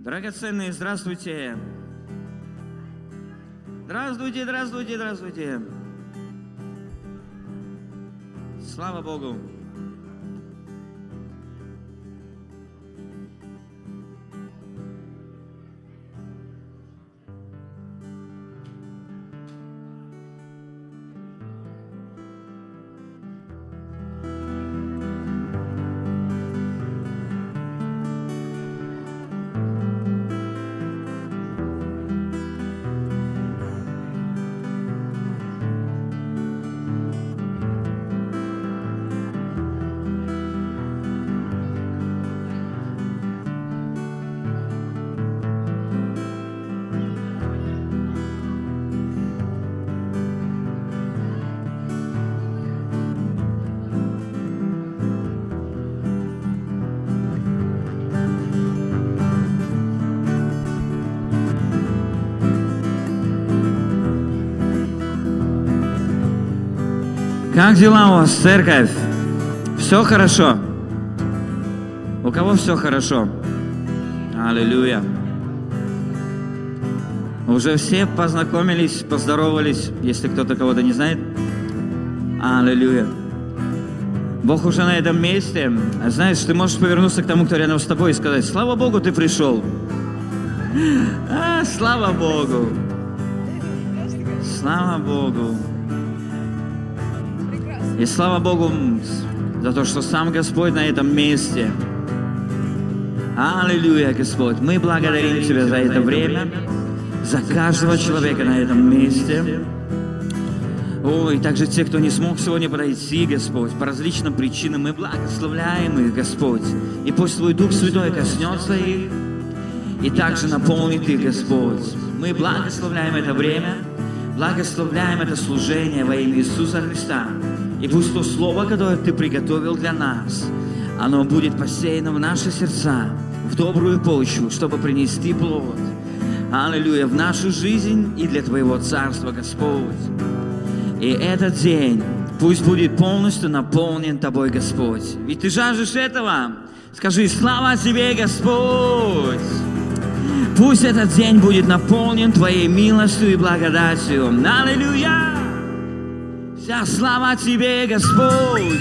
Драгоценные, здравствуйте. Здравствуйте, здравствуйте, здравствуйте. Слава Богу. Как дела у вас, церковь? Все хорошо? У кого все хорошо? Аллилуйя. Уже все познакомились, поздоровались, если кто-то кого-то не знает? Аллилуйя. Бог уже на этом месте. Знаешь, ты можешь повернуться к тому, кто рядом с тобой, и сказать: слава Богу, ты пришел. Слава Богу. Слава Богу. И слава Богу за то, что сам Господь на этом месте. Аллилуйя, Господь. Мы благодарим Тебя за это время, за каждого человека на этом месте. И также те, кто не смог сегодня подойти, Господь, по различным причинам, мы благословляем их, Господь. И пусть Твой Дух Святой коснется их и также наполнит их, Господь. Мы благословляем это время, благословляем это служение во имя Иисуса Христа. И пусть то слово, которое Ты приготовил для нас, оно будет посеяно в наши сердца, в добрую почву, чтобы принести плод. Аллилуйя, в нашу жизнь и для Твоего Царства, Господь. И этот день пусть будет полностью наполнен Тобой, Господь. Ведь Ты жаждешь этого. Скажи: слава Тебе, Господь. Пусть этот день будет наполнен Твоей милостью и благодатью. Аллилуйя. Вся слава Тебе, Господь.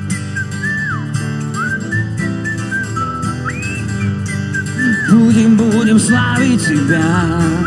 Будем славить Тебя.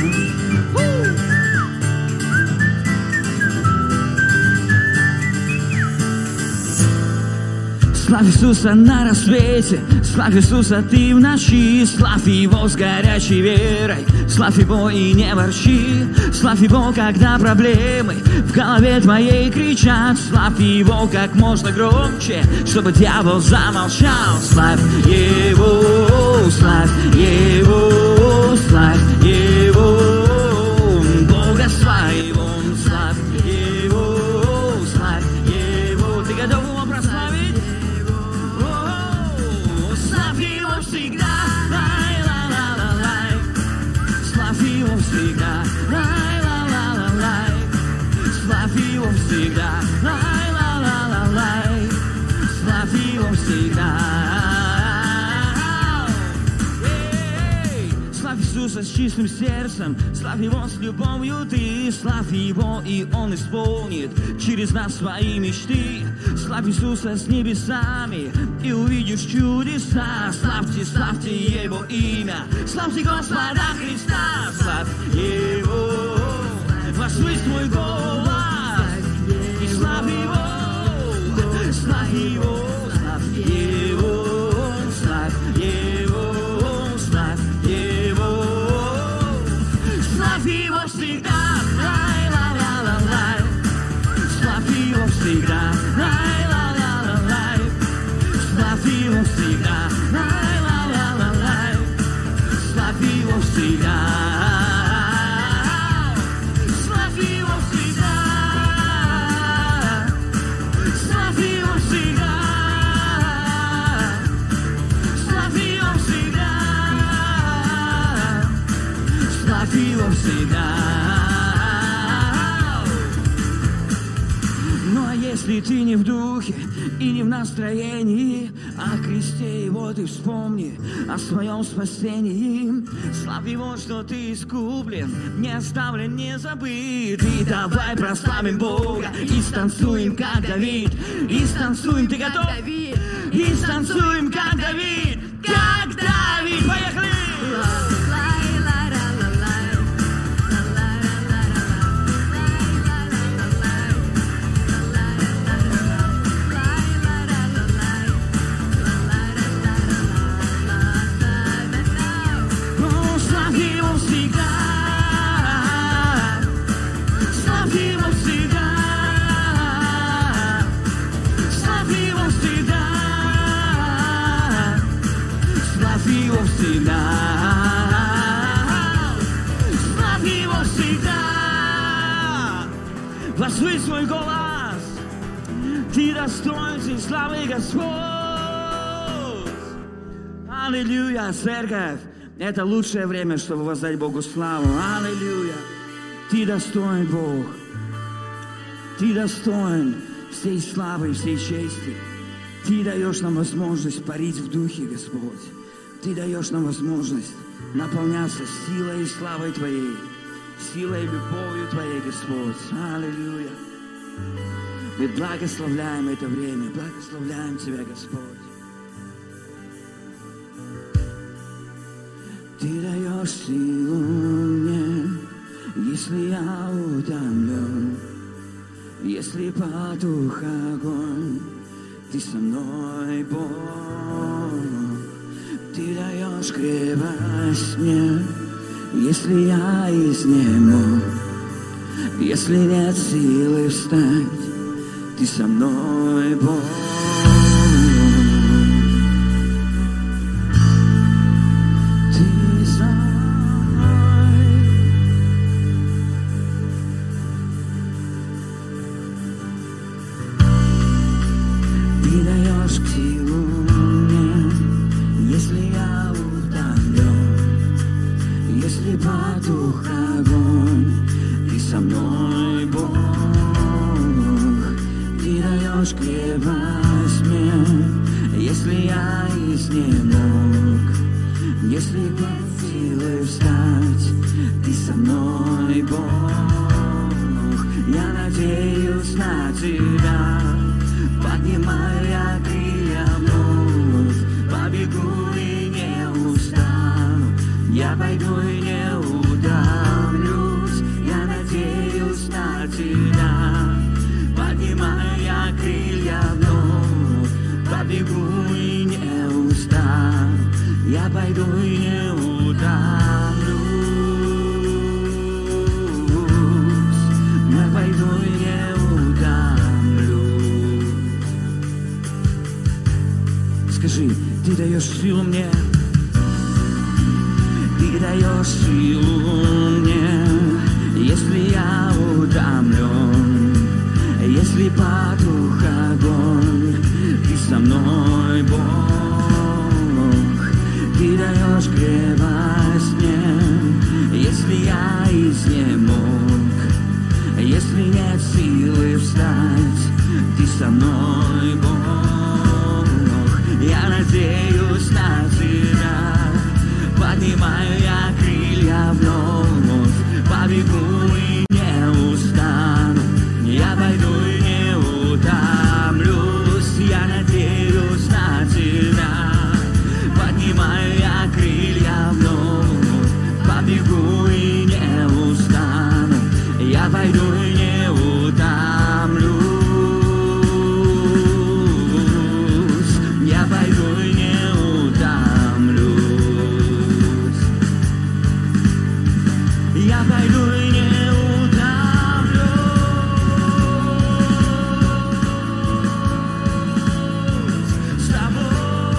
Славь Иисуса на рассвете, славь Иисуса Ты в ночи, славь Его с горячей верой, славь Его и не ворчи, славь Его, когда проблемы в голове твоей кричат, славь Его как можно громче, чтобы дьявол замолчал. Славь Его, славь Его, славь Его, Бога своего, славь Его, славь Его. Ты готов Его прославить? Всегда, лай-ла-ла-ла-лай. Славь Его всегда, лай-ла-ла-ла-лай. Славь Его всегда, лай-ла-ла-ла-лай. Славь Его всегда. Славь Иисуса с чистым сердцем, славь Его с любовью ты, славь Его, и Он исполнит через нас свои мечты. Славь Иисуса с небесами, и увидишь чудеса. Славьте, славьте Его имя, славьте Господа Христа. Славь Его, возвысь твой голос, и славь Его, славь Его, славь Его, славь Его, славь Его. Славь Его всегда, лай-ла-ла-ла-лай. Славь Его всегда, лай-ла-ла-ла-лай. Славь Его всегда, лай-ла-ла-ла-лай. Славь Его всегда. Славь Его всегда. Славь Его всегда. Славь Его всегда. Славь Его всегда. Если ты не в духе и не в настроении, о кресте его ты вспомни, о своем спасении. Славь его, что ты искуплен, не оставлен, не забыт. И давай прославим Бога и станцуем, как Давид. И станцуем, ты готов? И станцуем, как Давид. Как Давид, поехали! Возвысь свой голос, ты достоин всей славы, Господь. Аллилуйя, церковь, это лучшее время, чтобы воздать Богу славу. Аллилуйя, ты достоин, Бог. Ты достоин всей славы, всей чести. Ты даешь нам возможность парить в духе, Господь. Ты даешь нам возможность наполняться силой и славой Твоей. Силой и любовью Твоей, Господь. Аллилуйя. Мы благословляем это время, благословляем Тебя, Господь. Ты даешь силу мне, если я утомлен, если потух огонь, Ты со мной, Бог. Ты даешь крепость мне, если я изнемог, если нет силы встать, Ты со мной, Бог. Ты со мной. Ты даешь силу мне, если я утомлен, если потух огонь, Ты со мной, Бог. Ты даешь крепость мне, если я изнемог, если нет силы встать, Ты со мной, Бог. Я надеюсь на Тебя, поднимая крылья вновь, побегу и не устану. Я пойду и не утомлюсь, я надеюсь на Тебя, поднимая крылья вновь, побегу и не устану. Я пойду и не утомлюсь, я пойду и не утомлюсь. Скажи, Ты даешь силу мне, Ты даешь силу мне, если я утомлен, если потух огонь, Ты со мной, Бог. Ты даешь крепость мне, если я изнемог, если нет силы встать, Ты со мной, Бог. Я надеюсь на Тебя, поднимаю я крылья вновь, побегу и не устану. Я пойду и не утомлюсь, я надеюсь на Тебя, поднимаю я крылья вновь, побегу и не устану. Я пойду и не утомлюсь, я пойду и не утомлюсь, я пойду и не утомлюсь с Тобой.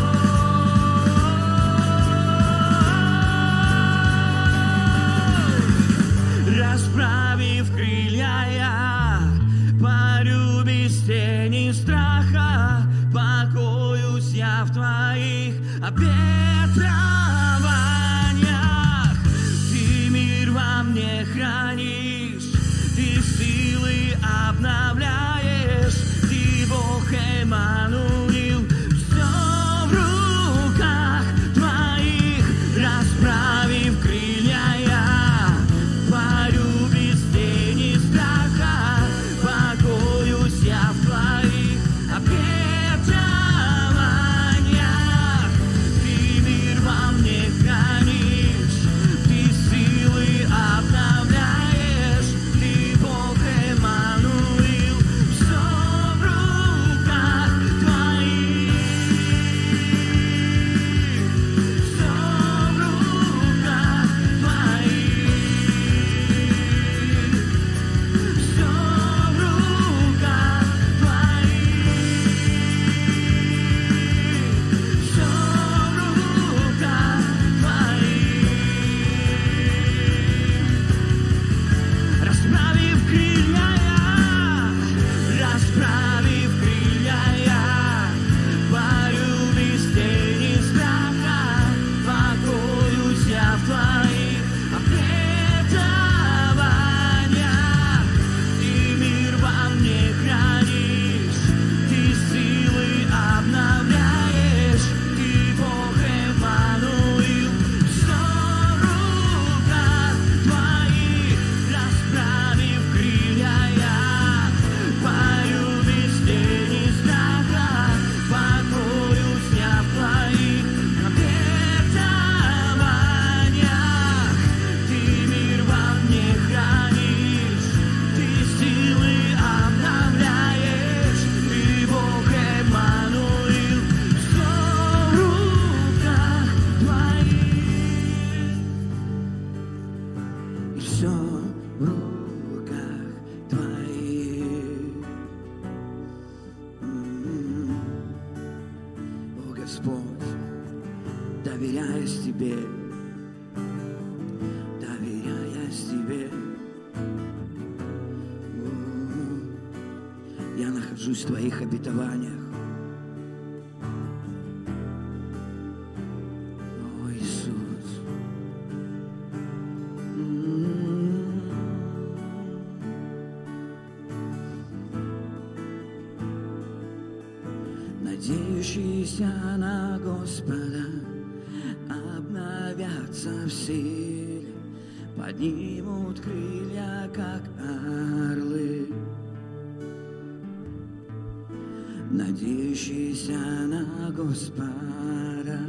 Расправив крылья, я парю без тени страха, покоюсь я в Твоих обетованиях. Ты мир во мне хранишь, Ты силы обновляешь, Ты Господь, доверяясь Тебе, доверяясь Тебе. Я нахожусь в Твоих обетованиях. О, Иисус. Надеющиеся на Господа обновятся в силе, поднимут крылья, как орлы. Надеющиеся на Господа,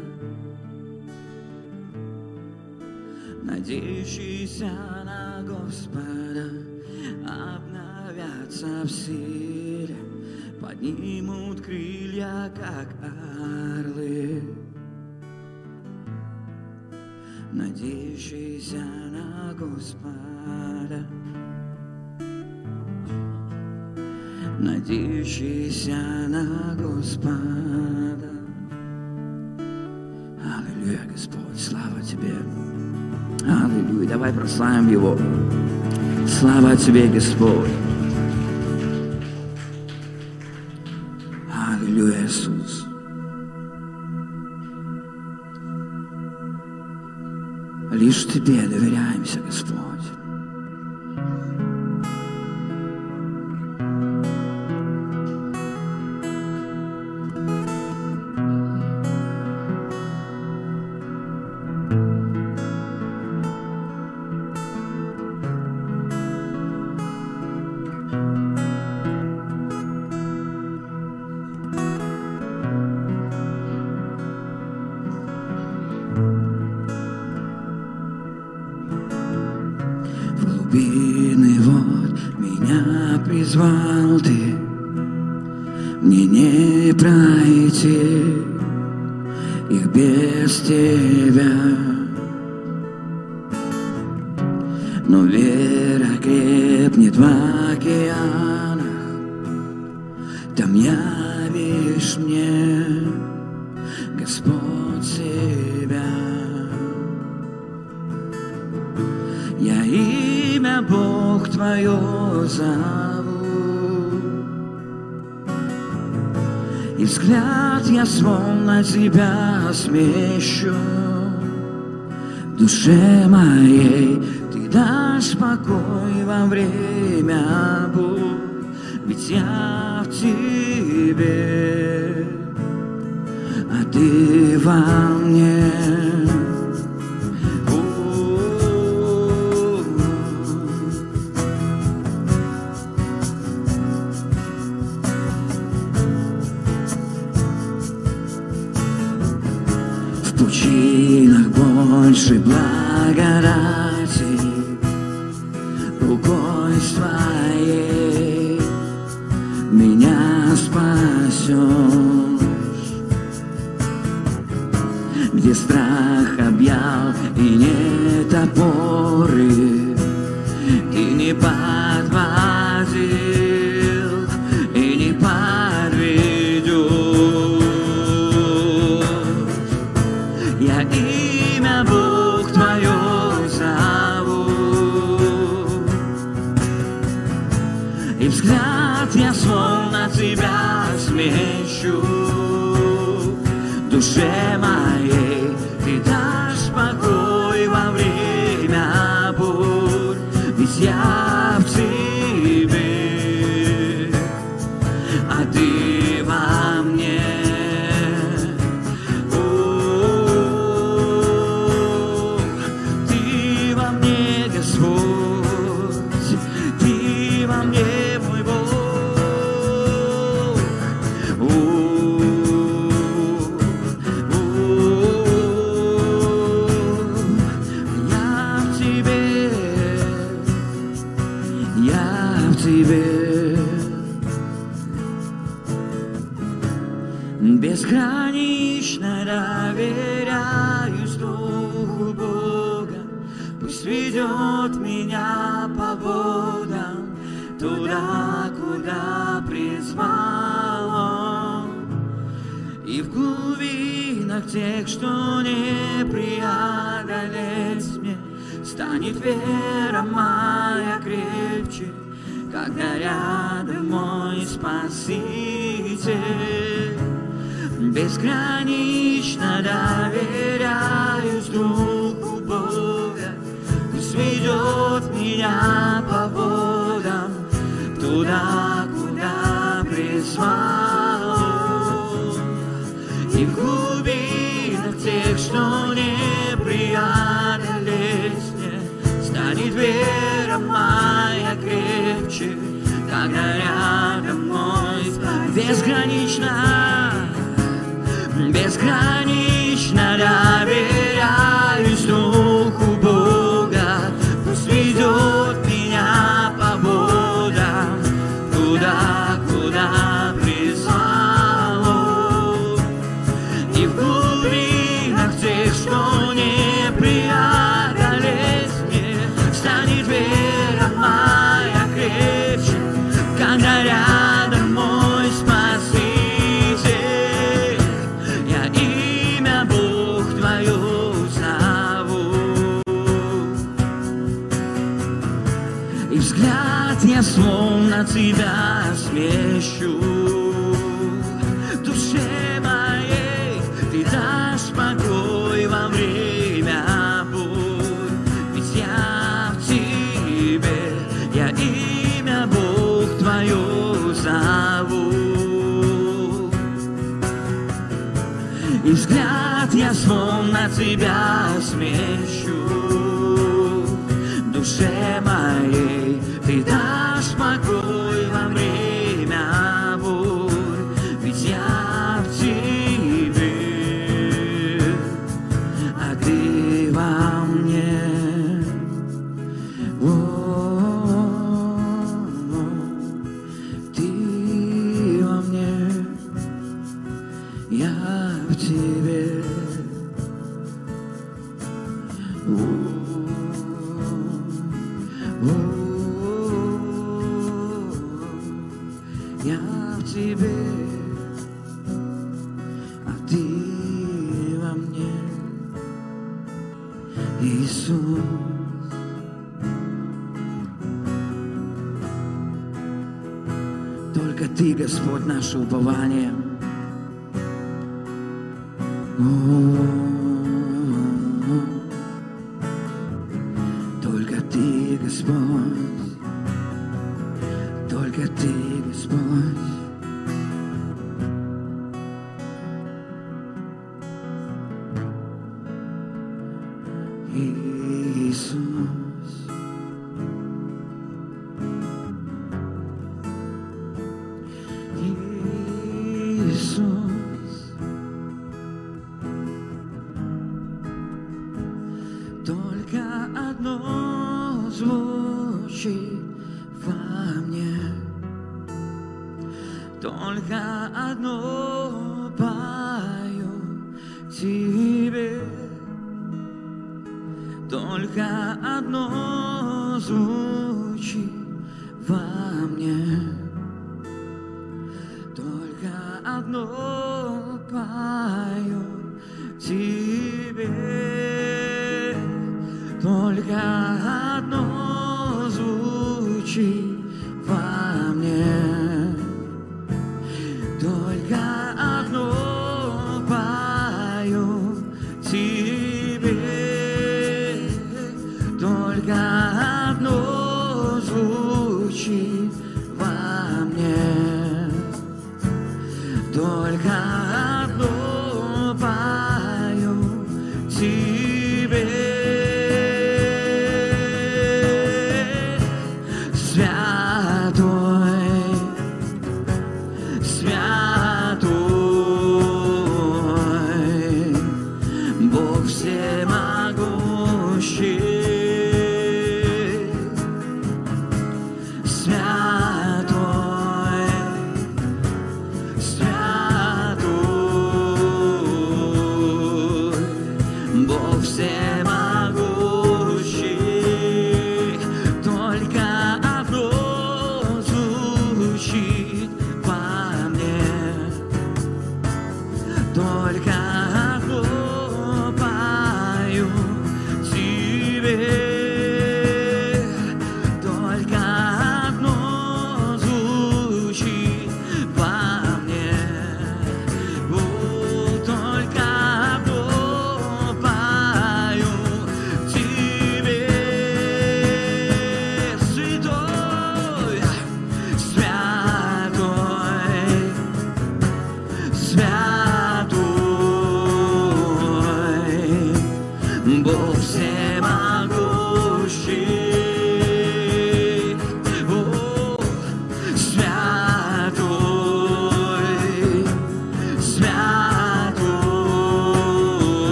надеющиеся на Господа обновятся в силе, поднимут крылья, как орлы. Надеющиеся на Господа, надеющиеся на Господа. Аллилуйя, Господь, слава Тебе. Аллилуйя, давай прославим Его. Слава Тебе, Господь. Аллилуйя, Иисус. Лишь Тебе доверяемся, Господь. Глубины вод меня призвал Ты, мне не пройти их без Тебя. Но вера крепнет в океанах, там явишь мне, Господь, себя. Я имя Бог Твое зову, и взгляд я свой на Тебя смещу. В душе моей Ты дашь покой во время бурь, ведь я в Тебе, а Ты во мне. В пучинах больше благодати, рукой Своей меня спасешь. Где страх объял и нет опоры, Ты не подводил и не подведешь. Я имя Бог Твое зову, и взгляд я свой на Тебя смещу. В душе моей Ты дашь покой во время бурь, ведь я в Тебе, а Ты во мне. Ты во мне, Господь, Ты во мне, мой Бог. Я в Тебе, безгранично доверяюсь Духу Бога. Пусть ведет меня по водам туда, куда призвал Он, и в глубине глубинах тех, что не преодолеть мне, станет вера моя крепче, когда рядом мой Спаситель. Безгранично доверяюсь Духу Бога, пусть ведет меня по водам туда, куда призвал Он. И в глубинах тех, что не преодолеть мне, станет вера моя крепче, когда рядом мой Спаситель. Безгранично доверяюсь Духу Бога, пусть ведет меня по водам туда, куда призвал Он. И в глубинах тех, что не преодолеть мне, станет вера моя крепче, когда рядом мой Спаситель. Я имя Бог Твое зову, и взгляд я словно Тебя смещу. Душе моей Ты дашь покой во время бурь, ведь я в Тебе, я имя Бог Твое зову. И взгляд я словно Тебя смещу. Душе моей Ты дашь покой во время бурь, ведь я в Тебе, а Ты во мне. Ты во мне, я в Тебе. Я в Тебе, а Ты во мне, Иисус. Только Ты, Господь, наше упование. Только Ты, Господь, только Ты, Господь. Иисус. Иисус. Только одно звучит во мне, только одно пою Тебе, только одно звучит во мне, только одно пою Тебе, только одно звучит во мне, только одно пою Тебе, только одно звучит во мне, только одно пою Тебе. Святой, святой, Бог всемогущий. Святой, святой,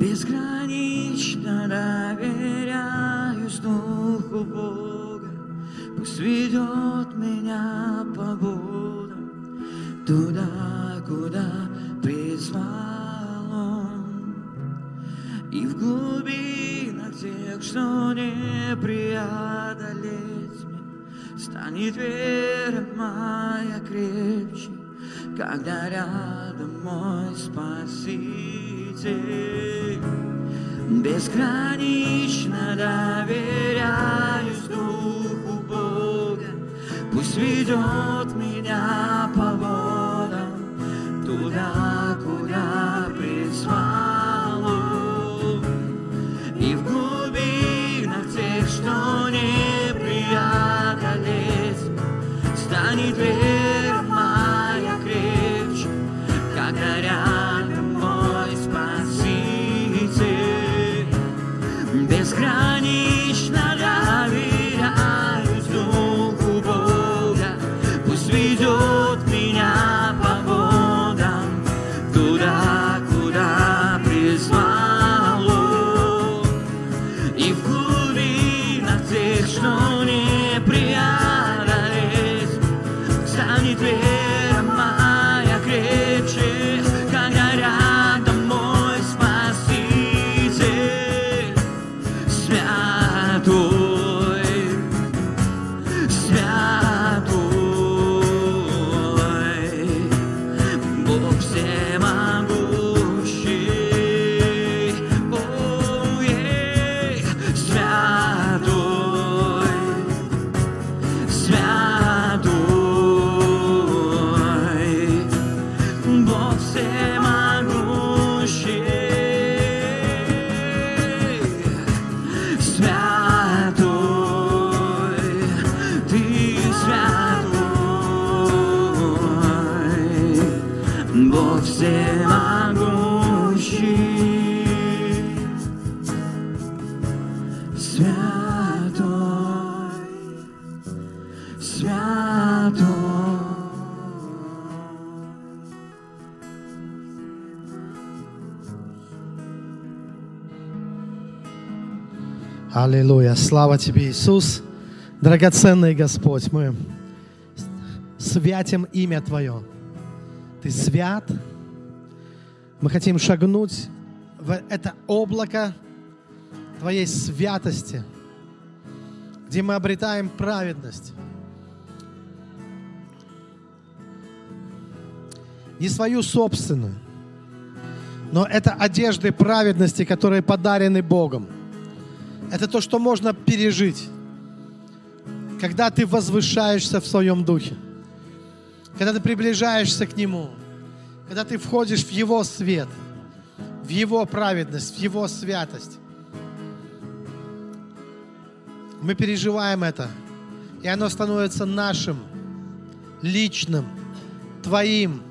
Безгранично доверяюсь Духу Бога, пусть ведет меня по водам, туда, куда призвал Он. И в глубинах тех, что не преодолеть мне, станет вера моя крепче, когда рядом мой Спаситель. Безгранично доверяюсь Духу Бога, пусть ведет меня по водам, туда, куда призвал Он. И в глубинах тех, что не преодолеть, станет вера моя крепче, когда рядом мой Спаситель. Безгранично доверяюсь Духу Бога, пусть ведет меня по водам, туда, куда призвал Он. И в глубинах тех, что не преодолеть, станет вера моя крепче, когда рядом мой Спаситель. Святой, святой, Бог всемогущий, святой, святой, Бог всемогущий, святой, Ты святой, Бог всемогущий, святой, святой. Аллилуйя. Слава Тебе, Иисус. Драгоценный Господь, мы святим имя Твое. Ты свят. Мы хотим шагнуть в это облако Твоей святости, где мы обретаем праведность. Не свою собственную, но это одежды праведности, которые подарены Богом. Это то, что можно пережить, когда ты возвышаешься в своем духе, когда ты приближаешься к Нему, когда ты входишь в Его свет, в Его праведность, в Его святость. Мы переживаем это, и оно становится нашим, личным, Твоим.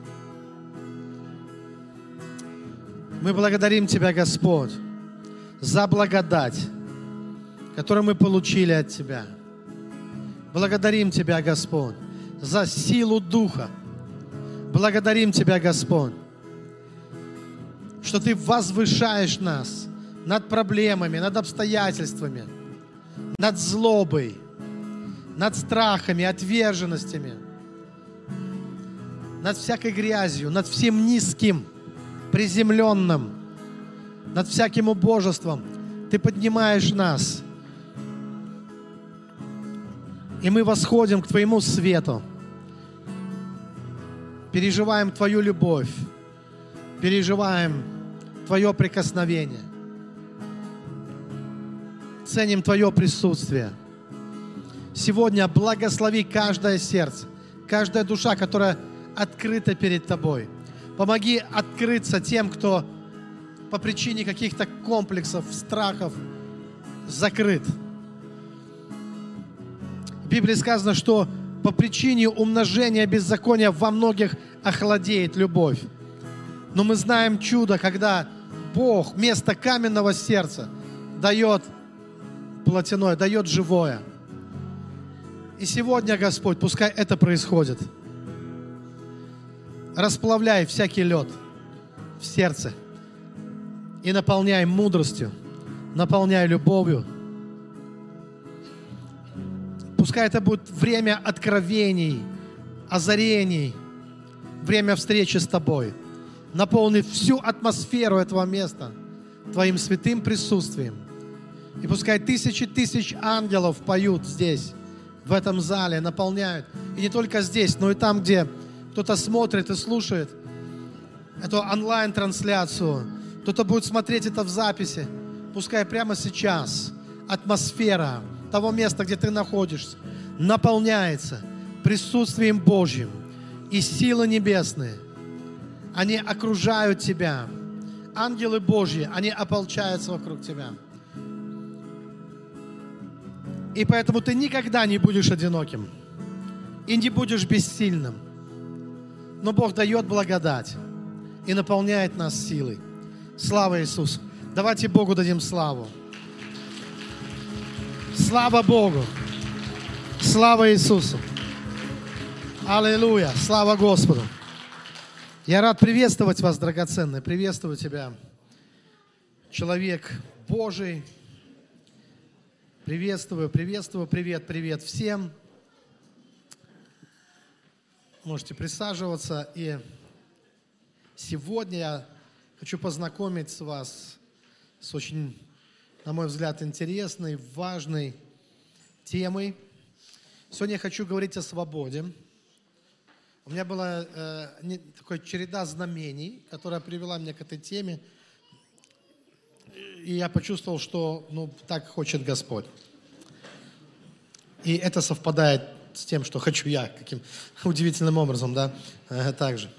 Мы благодарим Тебя, Господь, за благодать, которую мы получили от Тебя. Благодарим Тебя, Господь, за силу Духа. Благодарим Тебя, Господь, что Ты возвышаешь нас над проблемами, над обстоятельствами, над злобой, над страхами, отверженностями, над всякой грязью, над всем низким, приземленным, над всяким убожеством. Ты поднимаешь нас, и мы восходим к Твоему свету, переживаем Твою любовь, переживаем Твое прикосновение, ценим Твое присутствие. Сегодня благослови каждое сердце, каждая душа, которая открыта перед Тобой. Помоги открыться тем, кто по причине каких-то комплексов, страхов закрыт. В Библии сказано, что по причине умножения беззакония во многих охладеет любовь. Но мы знаем чудо, когда Бог вместо каменного сердца дает плотяное, дает живое. И сегодня, Господь, пускай это происходит. Расплавляй всякий лед в сердце. и наполняй мудростью, наполняй любовью. Пускай это будет время откровений, озарений, время встречи с Тобой. Наполни всю атмосферу этого места Твоим святым присутствием. И пускай тысячи тысяч ангелов поют здесь, в этом зале, наполняют. И не только здесь, но и там, где кто-то смотрит и слушает эту онлайн-трансляцию, кто-то будет смотреть это в записи. Пускай прямо сейчас атмосфера того места, где ты находишься, наполняется присутствием Божьим. И силы небесные, они окружают тебя. Ангелы Божьи, они ополчаются вокруг тебя. И поэтому ты никогда не будешь одиноким. И не будешь бессильным. Но Бог дает благодать и наполняет нас силой. Слава Иисусу! Давайте Богу дадим славу. Слава Богу! Слава Иисусу! Аллилуйя! Слава Господу! Я рад приветствовать вас, драгоценный. Приветствую тебя, человек Божий. Приветствую, привет всем. Можете присаживаться. И сегодня я хочу познакомить вас с очень, на мой взгляд, интересной, важной темой. Сегодня я хочу говорить о свободе. У меня была такая череда знамений, которая привела меня к этой теме. И я почувствовал, что так хочет Господь. И это совпадает с тем, что хочу я, каким удивительным образом, да, также.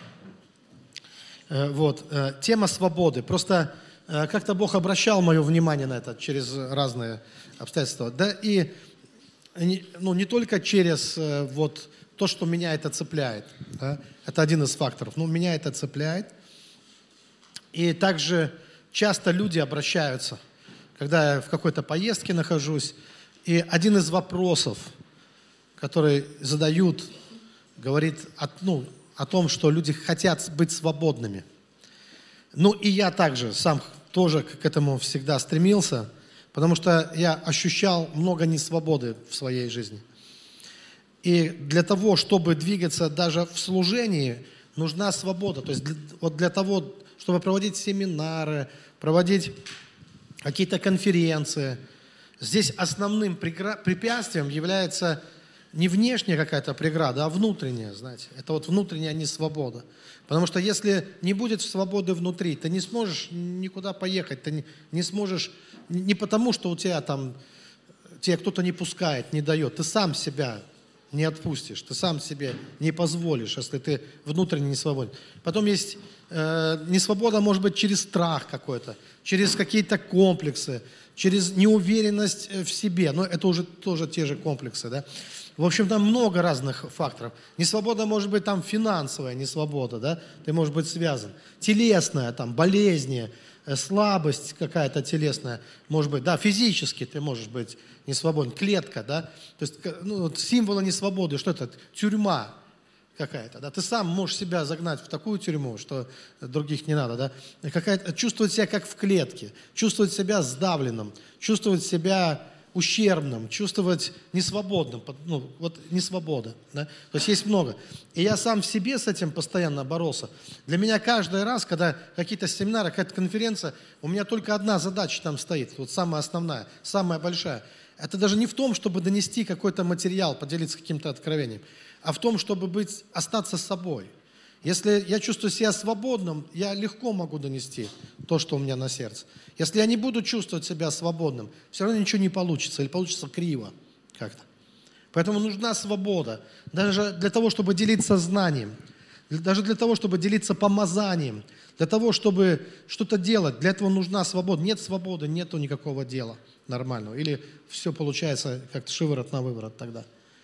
Вот, тема свободы. Просто как-то Бог обращал мое внимание на это через разные обстоятельства. Да, и не только через вот то, что меня это цепляет. Да, это один из факторов. Меня это цепляет. И также часто люди обращаются, когда я в какой-то поездке нахожусь, и один из вопросов, который задают, говорит о том, что люди хотят быть свободными. И я также сам тоже к этому всегда стремился, потому что я ощущал много несвободы в своей жизни. И для того, чтобы двигаться даже в служении, нужна свобода. То есть для того, чтобы проводить семинары, проводить какие-то конференции, здесь основным препятствием является не внешняя какая-то преграда, а внутренняя, знаете. Это вот внутренняя несвобода. Потому что если не будет свободы внутри, ты не сможешь никуда поехать, ты не сможешь, не потому что тебя кто-то не пускает, не дает, ты сам себя не отпустишь, ты сам себе не позволишь, если ты внутренне не свободен. Потом есть несвобода, может быть, через страх какой-то, через какие-то комплексы, через неуверенность в себе. Но это уже тоже те же комплексы, да. В общем, там много разных факторов. Несвобода может быть финансовая несвобода, да, ты можешь быть связан. Телесная, болезни, слабость какая-то телесная, может быть, да, физически ты можешь быть не свободен. Клетка, да, то есть символы несвободы, что это? Тюрьма какая-то, да, ты сам можешь себя загнать в такую тюрьму, что других не надо, да, чувствовать себя как в клетке, чувствовать себя сдавленным, чувствовать себя ущербным, чувствовать несвободным, несвобода, да, то есть есть много. И я сам в себе с этим постоянно боролся. Для меня каждый раз, когда какие-то семинары, какая-то конференция, у меня только одна задача там стоит, вот самая основная, самая большая. Это даже не в том, чтобы донести какой-то материал, поделиться каким-то откровением, а в том, чтобы остаться собой. Если я чувствую себя свободным, я легко могу донести то, что у меня на сердце. Если я не буду чувствовать себя свободным, все равно ничего не получится, или получится криво как-то. Поэтому нужна свобода. Даже для того, чтобы делиться знанием, даже для того, чтобы делиться помазанием, для того, чтобы что-то делать, для этого нужна свобода. Нет свободы, нету никакого дела нормального. Или все получается как-то шиворот на выворот тогда.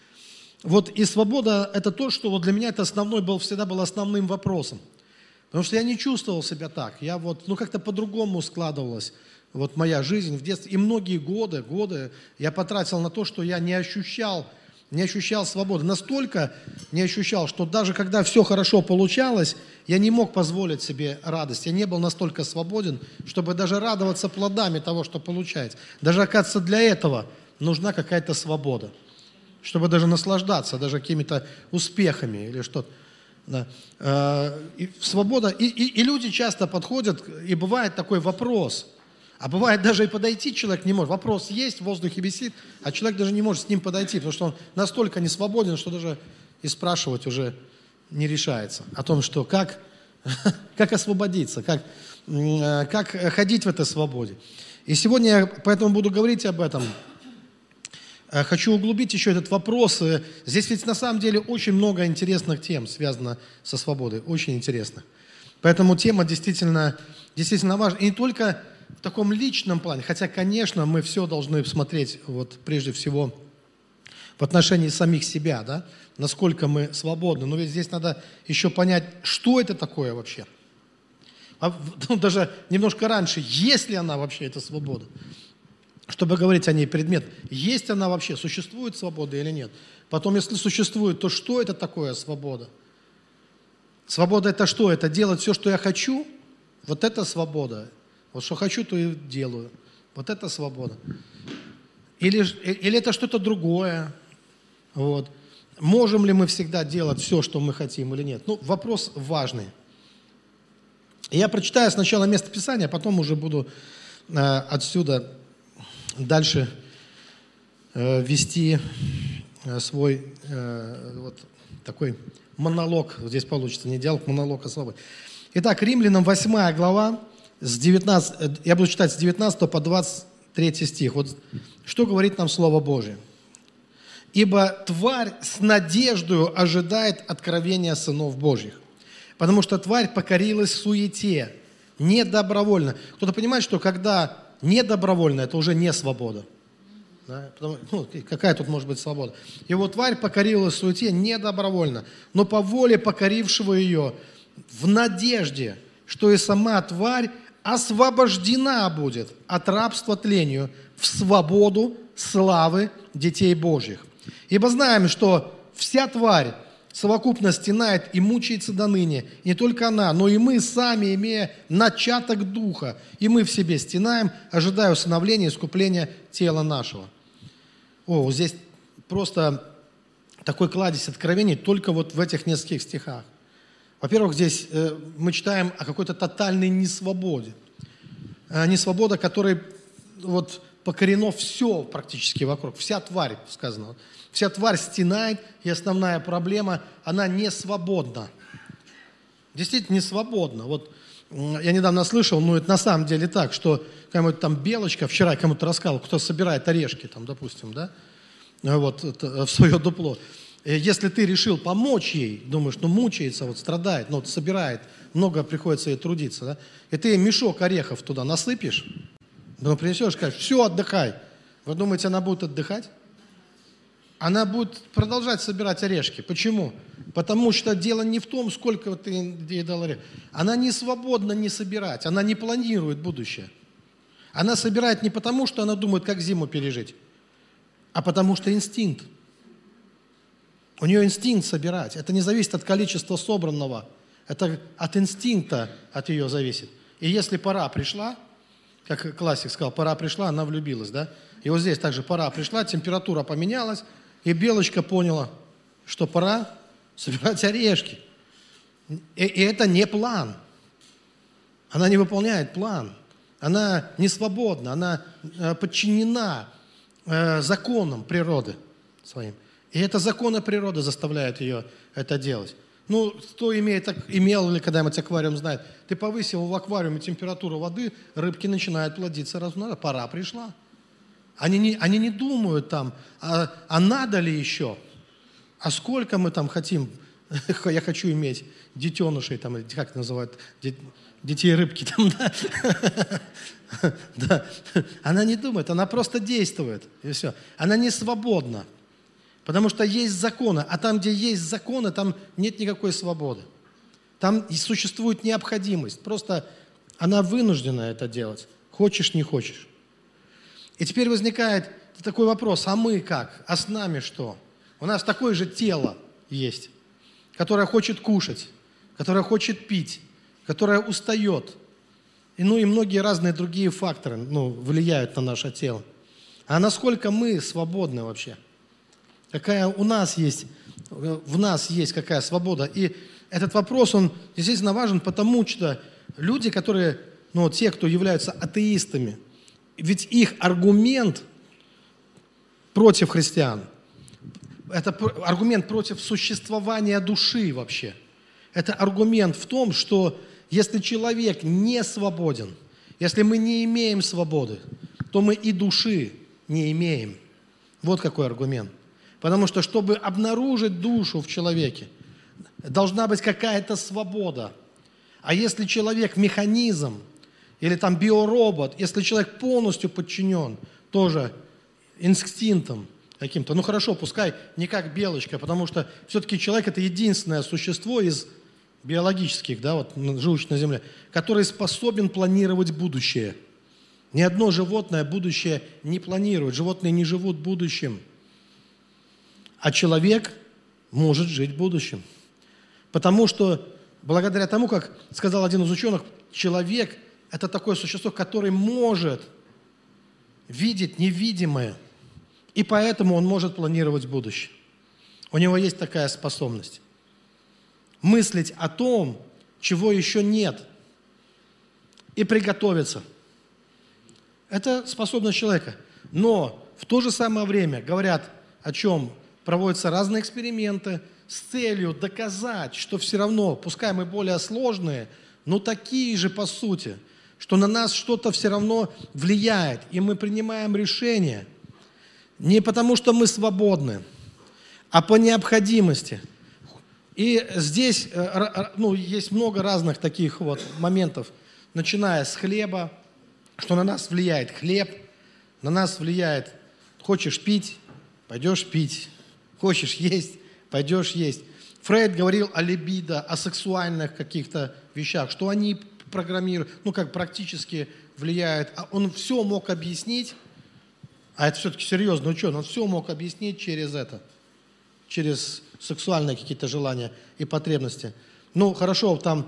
Вот и свобода – это то, что для меня это всегда был основным вопросом. Потому что я не чувствовал себя так. Я как-то по-другому складывалась моя жизнь в детстве. И многие годы я потратил на то, что я не ощущал не ощущал свободы. Настолько не ощущал, что даже когда все хорошо получалось, я не мог позволить себе радость. Я не был настолько свободен, чтобы даже радоваться плодами того, что получается. Даже, оказывается, для этого нужна какая-то свобода. Чтобы даже наслаждаться даже какими-то успехами или что-то. Да. Свобода. И люди часто подходят, и бывает такой вопрос. А бывает даже и подойти человек не может. Вопрос есть, в воздухе висит, а человек даже не может с ним подойти, потому что он настолько не свободен, что даже и спрашивать уже не решается. О том, что как освободиться, как ходить в этой свободе. И сегодня я поэтому буду говорить об этом. Хочу углубить еще этот вопрос. Здесь ведь на самом деле очень много интересных тем связано со свободой, очень интересных. Поэтому тема действительно важна. И не только в таком личном плане, хотя, конечно, мы все должны смотреть вот прежде всего в отношении самих себя, да, насколько мы свободны. Но ведь здесь надо еще понять, что это такое вообще. Даже немножко раньше, есть ли она вообще, эта свобода? Чтобы говорить о ней предмет, есть она вообще, существует свобода или нет. Потом, если существует, то что это такое свобода? Свобода это что? Это делать все, что я хочу? Вот это свобода. Вот что хочу, то и делаю. Вот это свобода. Или это что-то другое? Вот. Можем ли мы всегда делать все, что мы хотим или нет? Ну, вопрос важный. Я прочитаю сначала место Писания, а потом уже буду отсюда дальше вести свой вот такой монолог. Вот здесь получится не диалог, монолог особый. Итак, Римлянам 8 глава, я буду читать с 19 по 23 стих. Вот что говорит нам Слово Божие. «Ибо тварь с надеждою ожидает откровения сынов Божьих, потому что тварь покорилась суете, недобровольно». Кто-то понимает, что когда недобровольно, это уже не свобода. Да? Какая тут может быть свобода? И вот тварь покорилась суете недобровольно, но по воле покорившего ее, в надежде, что и сама тварь освобождена будет от рабства тлению в свободу славы детей Божьих. Ибо знаем, что вся тварь совокупно стенает и мучается до ныне. Не только она, но и мы сами, имея начаток духа, и мы в себе стенаем, ожидая усыновления и искупления тела нашего. О, здесь просто такой кладезь откровений только вот в этих нескольких стихах. Во-первых, здесь мы читаем о какой-то тотальной несвободе. Несвобода, которой вот покорено все практически вокруг. Вся тварь, сказано. Вся тварь стенает, и основная проблема, она не свободна. Действительно не свободна. Вот я недавно слышал, ну это на самом деле так, что какая-нибудь там белочка, вчера я кому-то рассказывал, кто собирает орешки, там, допустим, да, вот, в свое дупло. Если ты решил помочь ей, думаешь, ну мучается, вот страдает, ну вот собирает, много приходится ей трудиться, да, и ты мешок орехов туда насыпешь, ну принесешь, скажешь, все, отдыхай. Вы думаете, она будет отдыхать? Она будет продолжать собирать орешки. Почему? Потому что дело не в том, сколько ты ей дал орешек. Она не свободна не собирать, она не планирует будущее. Она собирает не потому, что она думает, как зиму пережить, а потому что инстинкт. У нее инстинкт собирать. Это не зависит от количества собранного. Это от инстинкта от ее зависит. И если пора пришла, как классик сказал, пора пришла, она влюбилась, да? И вот здесь также пора пришла, температура поменялась, и белочка поняла, что пора собирать орешки. И это не план. Она не выполняет план. Она не свободна, она подчинена законам природы своим. И это законы природы заставляют ее это делать. Ну, кто имел или когда-нибудь аквариум знает, ты повысил в аквариуме температуру воды, рыбки начинают плодиться разумно, пора пришла. Они не думают там, а надо ли еще, а сколько мы там хотим, я хочу иметь детенышей, там, как это называют, детей рыбки там, да? Да. Она не думает, она просто действует, и все. Она не свободна. Потому что есть законы, а там, где есть законы, там нет никакой свободы. Там существует необходимость. Просто она вынуждена это делать. Хочешь, не хочешь. И теперь возникает такой вопрос, а мы как? А с нами что? У нас такое же тело есть, которое хочет кушать, которое хочет пить, которое устает. И многие разные другие факторы влияют на наше тело. А насколько мы свободны вообще? Какая у нас есть, в нас есть какая свобода? И этот вопрос, он действительно важен, потому что люди, которые, те, кто являются атеистами, ведь их аргумент против христиан, это аргумент против существования души вообще. Это аргумент в том, что если человек не свободен, если мы не имеем свободы, то мы и души не имеем. Вот какой аргумент. Потому что, чтобы обнаружить душу в человеке, должна быть какая-то свобода. А если человек механизм или там биоробот, если человек полностью подчинен тоже инстинктам каким-то, хорошо, пускай не как белочка, потому что все-таки человек это единственное существо из биологических, живущих на Земле, который способен планировать будущее. Ни одно животное будущее не планирует. Животные не живут будущим. А человек может жить будущим. Потому что, благодаря тому, как сказал один из ученых, человек – это такое существо, которое может видеть невидимое. И поэтому он может планировать будущее. У него есть такая способность. Мыслить о том, чего еще нет, и приготовиться. Это способность человека. Но в то же самое время говорят, о чем проводятся разные эксперименты с целью доказать, что все равно, пускай мы более сложные, но такие же по сути, что на нас что-то все равно влияет, и мы принимаем решения не потому, что мы свободны, а по необходимости. И здесь есть много разных таких моментов, начиная с хлеба, что на нас влияет хлеб, на нас влияет, хочешь пить, пойдешь пить, хочешь есть, пойдешь есть. Фрейд говорил о либидо, о сексуальных каких-то вещах, что они программируют, как практически влияют. Он все мог объяснить, а это все-таки серьезный ученый, он все мог объяснить через сексуальные какие-то желания и потребности. Хорошо, там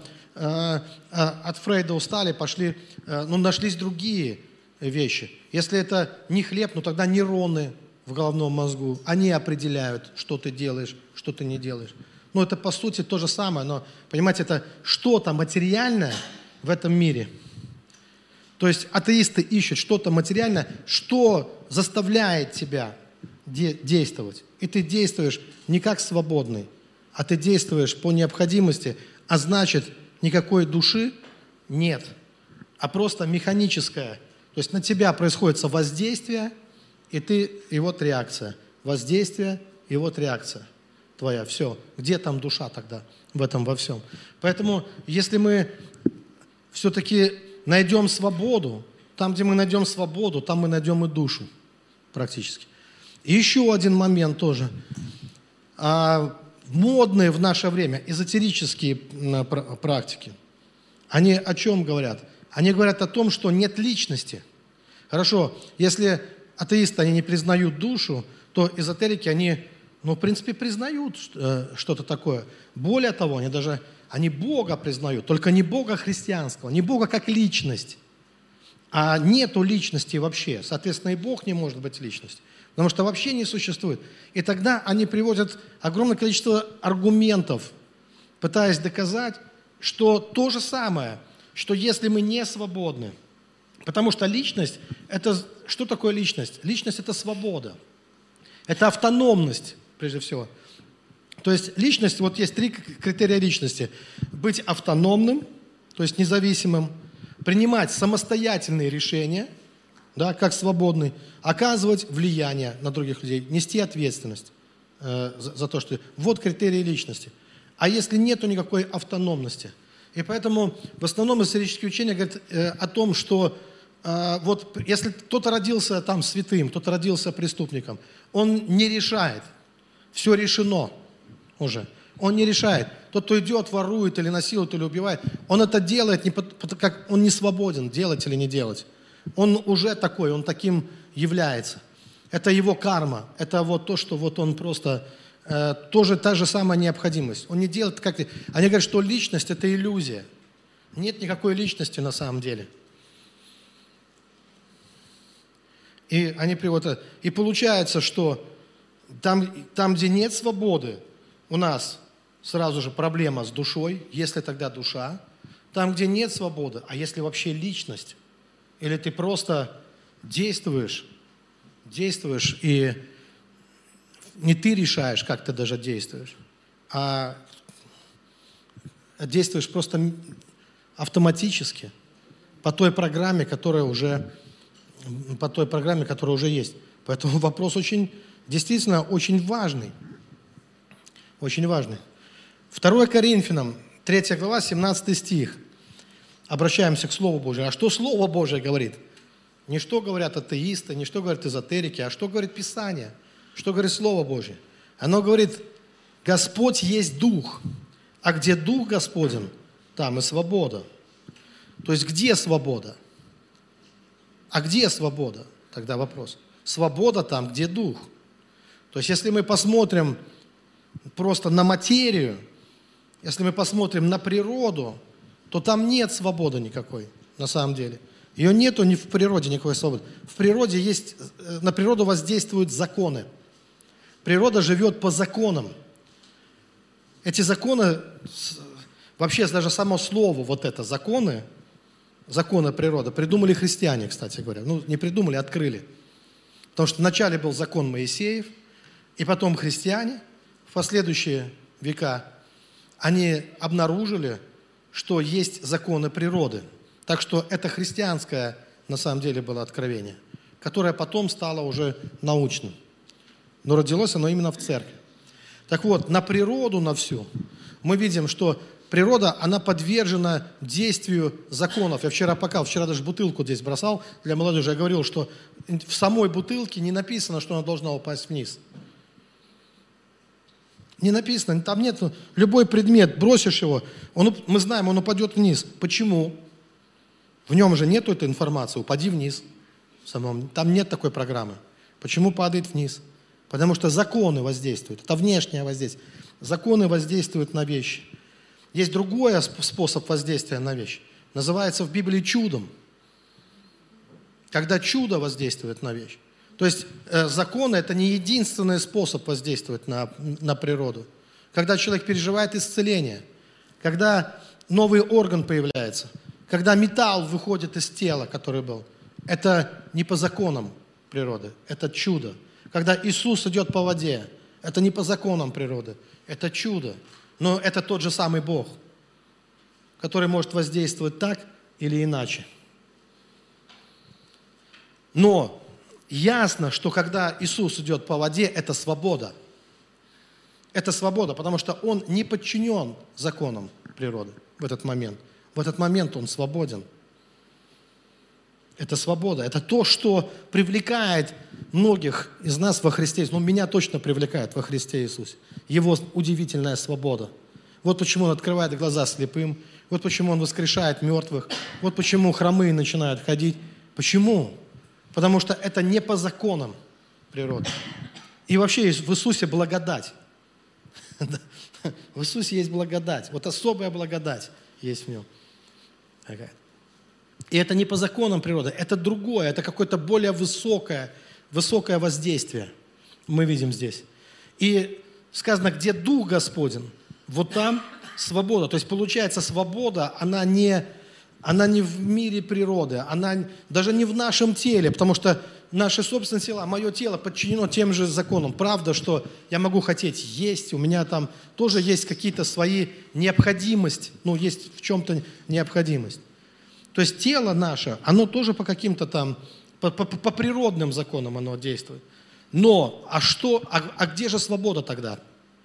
от Фрейда устали, пошли, нашлись другие вещи. Если это не хлеб, тогда нейроны в головном мозгу, они определяют, что ты делаешь, что ты не делаешь. Это по сути то же самое, но, понимаете, это что-то материальное в этом мире. То есть атеисты ищут что-то материальное, что заставляет тебя действовать. И ты действуешь не как свободный, а ты действуешь по необходимости, а значит, никакой души нет, а просто механическое. То есть на тебя происходит воздействие, и вот реакция. Воздействие, и вот реакция твоя. Все. Где там душа тогда в этом во всем? Поэтому, если мы все-таки найдем свободу, там, где мы найдем свободу, там мы найдем и душу практически. И еще один момент тоже. Модные в наше время эзотерические практики, они о чем говорят? Они говорят о том, что нет личности. Хорошо, если атеисты, они не признают душу, то эзотерики, они, в принципе, признают что-то такое. Более того, они Бога признают, только не Бога христианского, не Бога как личность, а нету личности вообще. Соответственно, и Бог не может быть личностью, потому что вообще не существует. И тогда они приводят огромное количество аргументов, пытаясь доказать, что то же самое, что если мы не свободны, потому что личность, что такое личность? Личность – это свобода, это автономность, прежде всего. То есть личность, есть 3 критерия личности. Быть автономным, то есть независимым, принимать самостоятельные решения, как свободный, оказывать влияние на других людей, нести ответственность за то, что... Вот критерии личности. А если нету никакой автономности? И поэтому в основном исторические учения говорят о том, что если кто-то родился там святым, кто-то родился преступником, он не решает. Все решено уже. Он не решает. Тот, кто идет, ворует или насилует, или убивает, он это делает, как он не свободен, делать или не делать. Он уже такой, он таким является. Это его карма. Это вот то, что вот он просто... тоже та же самая необходимость. Он не делает как... Они говорят, что личность – это иллюзия. Нет никакой личности на самом деле. И они приводят... И получается, что там, где нет свободы, у нас сразу же проблема с душой, если тогда душа. Там, где нет свободы, а если вообще личность, или ты просто действуешь, и не ты решаешь, как ты даже действуешь, а действуешь просто автоматически по той программе, которая уже есть. Поэтому вопрос действительно очень важный. Очень важный. 2 Коринфянам, 3 глава, 17 стих. Обращаемся к Слову Божию. А что Слово Божие говорит? Не что говорят атеисты, не что говорят эзотерики, а что говорит Писание, что говорит Слово Божие. Оно говорит, Господь есть Дух, а где Дух Господень, там и свобода. То есть где свобода? А где свобода? Тогда вопрос. Свобода там, где Дух. То есть если мы посмотрим просто на материю, если мы посмотрим на природу, то там нет свободы никакой, на самом деле. Ее нету ни в природе никакой свободы. В природе на природу воздействуют законы. Природа живет по законам. Эти законы, вообще даже само слово вот это, законы природы, придумали христиане, кстати говоря. Ну, не придумали, открыли. Потому что вначале был закон Моисеев, и потом христиане, в последующие века, они обнаружили, что есть законы природы. Так что это христианское, на самом деле, было откровение, которое потом стало уже научным. Но родилось оно именно в церкви. Так вот, на природу, на всю, мы видим, что природа, она подвержена действию законов. Я вчера даже бутылку здесь бросал для молодежи. Я говорил, что в самой бутылке не написано, что она должна упасть вниз. Не написано, там нет, любой предмет, бросишь его, мы знаем, он упадет вниз. Почему? В нем же нету этой информации, упади вниз. Там нет такой программы. Почему падает вниз? Потому что законы воздействуют, это внешнее воздействие. Законы воздействуют на вещи. Есть другой способ воздействия на вещи. Называется в Библии чудом. Когда чудо воздействует на вещь. То есть законы – это не единственный способ воздействовать на природу. Когда человек переживает исцеление, когда новый орган появляется, когда металл выходит из тела, который был, это не по законам природы, это чудо. Когда Иисус идет по воде, это не по законам природы, это чудо. Но это тот же самый Бог, который может воздействовать так или иначе. Но ясно, что когда Иисус идет по воде, это свобода. Это свобода, потому что Он не подчинен законам природы в этот момент. В этот момент Он свободен. Это свобода. Это то, что привлекает многих из нас во Христе Иисусе. Ну, меня точно привлекает во Христе Иисусе. Его удивительная свобода. Вот почему Он открывает глаза слепым. Вот почему Он воскрешает мертвых. Вот почему хромые начинают ходить. Почему? Потому что это не по законам природы. И вообще есть в Иисусе благодать. В Иисусе есть благодать. Вот особая благодать есть в Нем. И это не по законам природы, это другое, это какое-то более высокое воздействие мы видим здесь. И сказано, где Дух Господень, вот там свобода. То есть получается, свобода, она не в мире природы, она даже не в нашем теле, потому что наши собственные тела, мое тело подчинено тем же законам. Правда, что я могу хотеть есть, у меня там тоже есть какие-то свои необходимости, есть в чем-то необходимость. То есть тело наше, оно тоже по каким-то там, по природным законам оно действует. Но, а где же свобода тогда?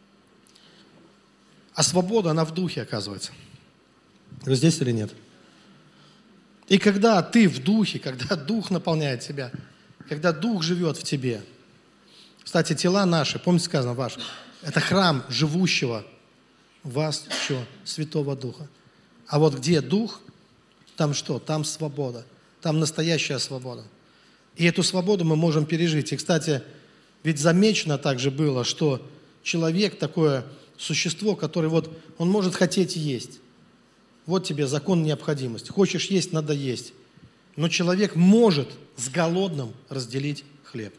А свобода, она в духе, оказывается. Вы здесь или нет? И когда ты в духе, когда дух наполняет тебя, когда дух живет в тебе. Кстати, тела наши, помните сказано, ваши, это храм живущего в вас, Святого Духа. А вот где дух, там что? Там свобода. Там настоящая свобода. И эту свободу мы можем пережить. И, кстати, ведь замечено также было, что человек такое существо, которое вот, он может хотеть есть. Вот тебе закон необходимости. Хочешь есть, надо есть. Но человек может с голодным разделить хлеб.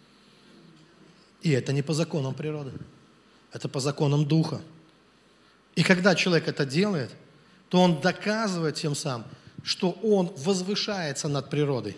И это не по законам природы. Это по законам Духа. И когда человек это делает, то он доказывает тем самым, что он возвышается над природой.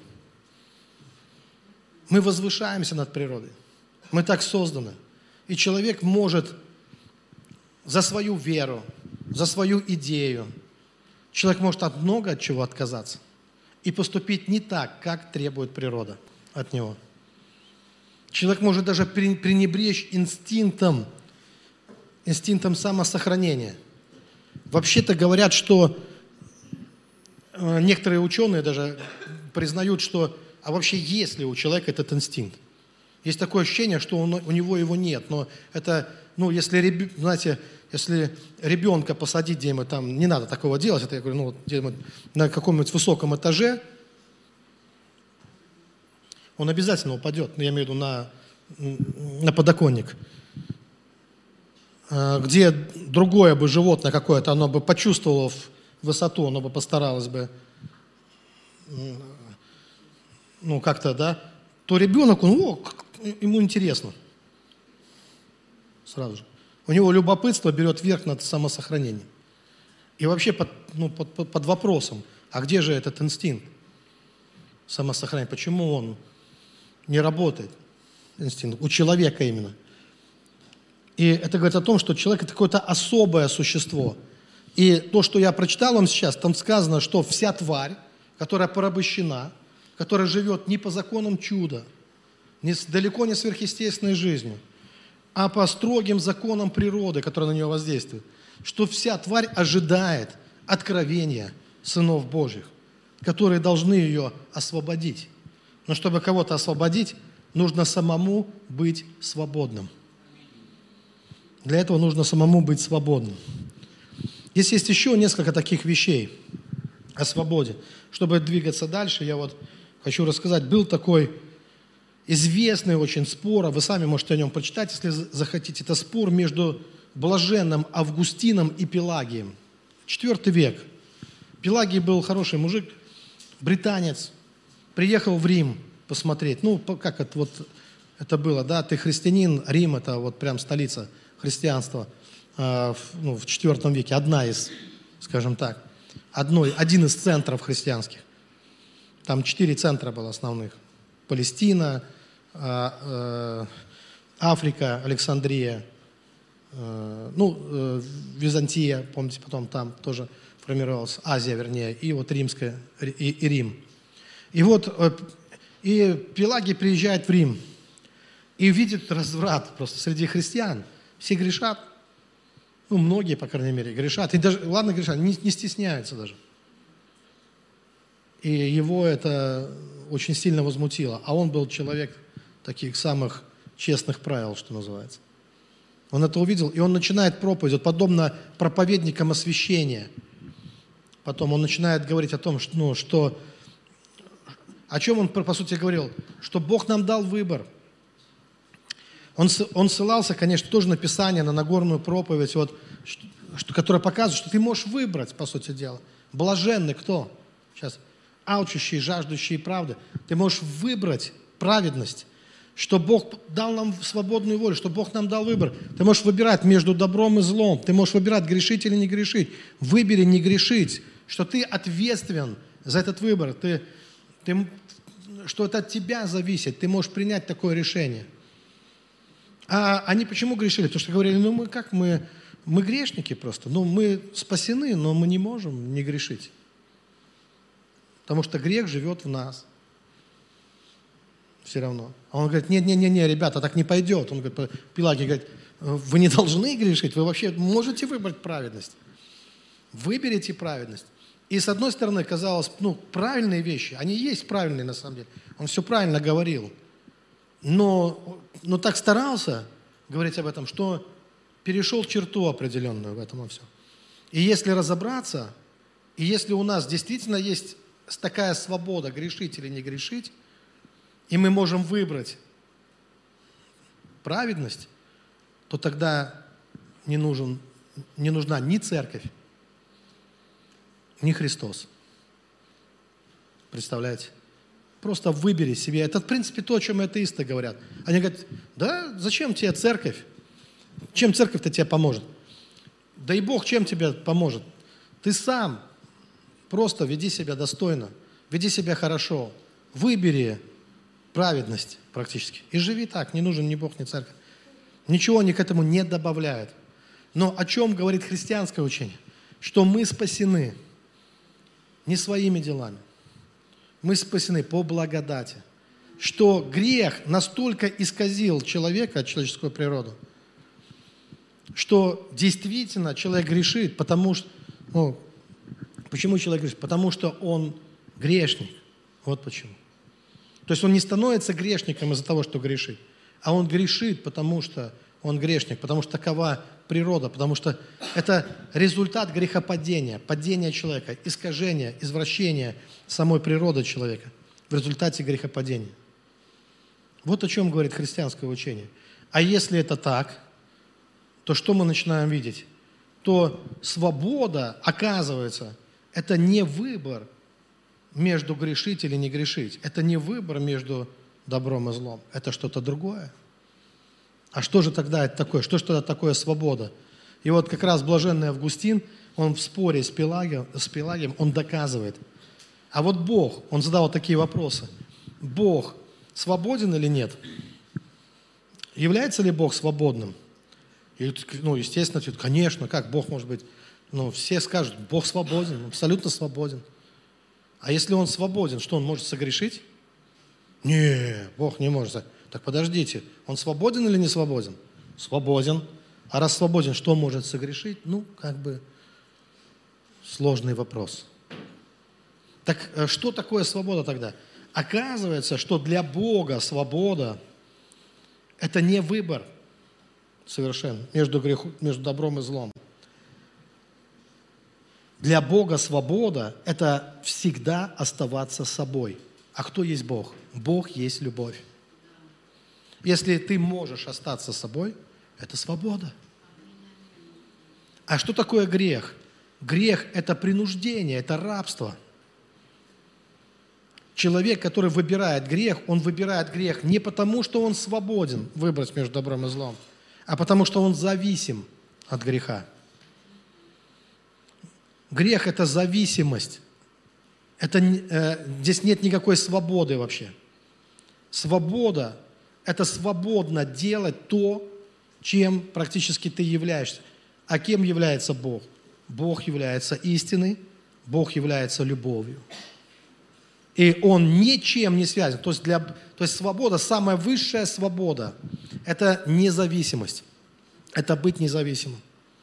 Мы возвышаемся над природой. Мы так созданы. И человек может за свою веру, за свою идею, человек может от чего отказаться и поступить не так, как требует природа от него. Человек может даже пренебречь инстинктом самосохранения. Вообще-то говорят, что некоторые ученые даже признают, что а вообще есть ли у человека этот инстинкт. Есть такое ощущение, что у него его нет. Но это, если, знаете, если ребенка посадить где-нибудь там, не надо такого делать, это я говорю, где-нибудь на каком-нибудь высоком этаже, он обязательно упадет, я имею в виду на подоконник, где другое бы животное какое-то, оно бы почувствовало высоту, оно бы постаралось бы, как-то, да, то ребенок, ему интересно сразу же. У него любопытство берет верх над самосохранением. И вообще под вопросом, а где же этот инстинкт самосохранения? Почему он не работает, инстинкт, у человека именно? И это говорит о том, что человек – это какое-то особое существо. И то, что я прочитал вам сейчас, там сказано, что вся тварь, которая порабощена, которая живет не по законам чуда, далеко не сверхъестественной жизнью, а по строгим законам природы, которые на нее воздействуют, что вся тварь ожидает откровения сынов Божьих, которые должны ее освободить. Но чтобы кого-то освободить, нужно самому быть свободным. Для этого нужно самому быть свободным. Здесь есть еще несколько таких вещей о свободе. Чтобы двигаться дальше, я хочу рассказать. Был такой известный очень спор, а вы сами можете о нем почитать, если захотите. Это спор между блаженным Августином и Пелагием. IV век. Пелагий был хороший мужик, британец, приехал в Рим посмотреть. Как это было, да? Ты христианин, Рим – это прям столица христианства в IV веке. Одна из, скажем так, один из центров христианских. Там 4 центра было основных. Палестина, Африка, Александрия, Византия, помните, потом там тоже формировалась, Азия, вернее, и Римская, и Рим. И Пелагий приезжает в Рим и видит разврат просто среди христиан. Все грешат, многие, по крайней мере, грешат. И даже, ладно, грешат, не стесняются даже. И его это очень сильно возмутило. А он был человек таких самых честных правил, что называется. Он это увидел, и он начинает проповедь, подобно проповедникам освящения. Потом он начинает говорить о том, о чем он, по сути, говорил, что Бог нам дал выбор. Он ссылался, конечно, тоже на Писание, на Нагорную проповедь, которая показывает, что ты можешь выбрать, по сути дела. Блаженный кто? Сейчас. Алчущие, жаждущие правды. Ты можешь выбрать праведность, что Бог дал нам свободную волю, что Бог нам дал выбор. Ты можешь выбирать между добром и злом. Ты можешь выбирать, грешить или не грешить. Выбери не грешить, что ты ответственен за этот выбор. Что это от тебя зависит. Ты можешь принять такое решение. А они почему грешили? Потому что говорили, мы грешники просто. Мы спасены, но мы не можем не грешить. Потому что грех живет в нас. Все равно. А он говорит, не, ребята, так не пойдет. Он говорит, Пелагий говорит, вы не должны грешить, вы вообще можете выбрать праведность. Выберите праведность. И с одной стороны, казалось, правильные вещи, они есть правильные на самом деле. Он все правильно говорил. Но так старался говорить об этом, что перешел черту определенную в этом во всем. И если разобраться, и если у нас действительно есть такая свобода, грешить или не грешить, и мы можем выбрать праведность, то тогда не нужна ни церковь, ни Христос. Представляете? Просто выбери себе. Это, в принципе, то, о чем атеисты говорят. Они говорят, да, зачем тебе церковь? Чем церковь-то тебе поможет? Да и Бог чем тебе поможет? Ты сам просто веди себя достойно, веди себя хорошо, выбери праведность практически и живи так. Не нужен ни Бог, ни церковь. Ничего они к этому не добавляют. Но о чем говорит христианское учение? Что мы спасены не своими делами. Мы спасены по благодати. Что грех настолько исказил человека, человеческую природу, что действительно человек грешит, потому что... почему человек грешит? Потому что он грешник. Вот почему. То есть он не становится грешником из-за того, что грешит, а он грешит, потому что он грешник, потому что такова природа, потому что это результат грехопадения, падения человека, искажения, извращения самой природы человека в результате грехопадения. Вот о чем говорит христианское учение. А если это так, то что мы начинаем видеть? То свобода, оказывается, это не выбор между грешить или не грешить. Это не выбор между добром и злом. Это что-то другое. А что же тогда это такое? Что же тогда такое свобода? И вот как раз блаженный Августин, он в споре с Пелагием, он доказывает. А вот Бог, он задал такие вопросы. Бог свободен или нет? Является ли Бог свободным? И, естественно, конечно, как Бог может быть? Все скажут, Бог свободен, абсолютно свободен. А если Он свободен, что Он может согрешить? Не, Бог не может. Так подождите, Он свободен или не свободен? Свободен. А раз свободен, что Он может согрешить? Сложный вопрос. Так что такое свобода тогда? Оказывается, что для Бога свобода – это не выбор совершенно между добром и злом. Для Бога свобода – это всегда оставаться собой. А кто есть Бог? Бог есть любовь. Если ты можешь остаться собой, это свобода. А что такое грех? Грех – это принуждение, это рабство. Человек, который выбирает грех, он выбирает грех не потому, что он свободен выбрать между добром и злом, а потому, что он зависим от греха. Грех – это зависимость. Здесь нет никакой свободы вообще. Свобода – это свободно делать то, чем практически ты являешься. А кем является Бог? Бог является истиной, Бог является любовью. И Он ничем не связан. То есть свобода, самая высшая свобода – это независимость. Это быть независимым.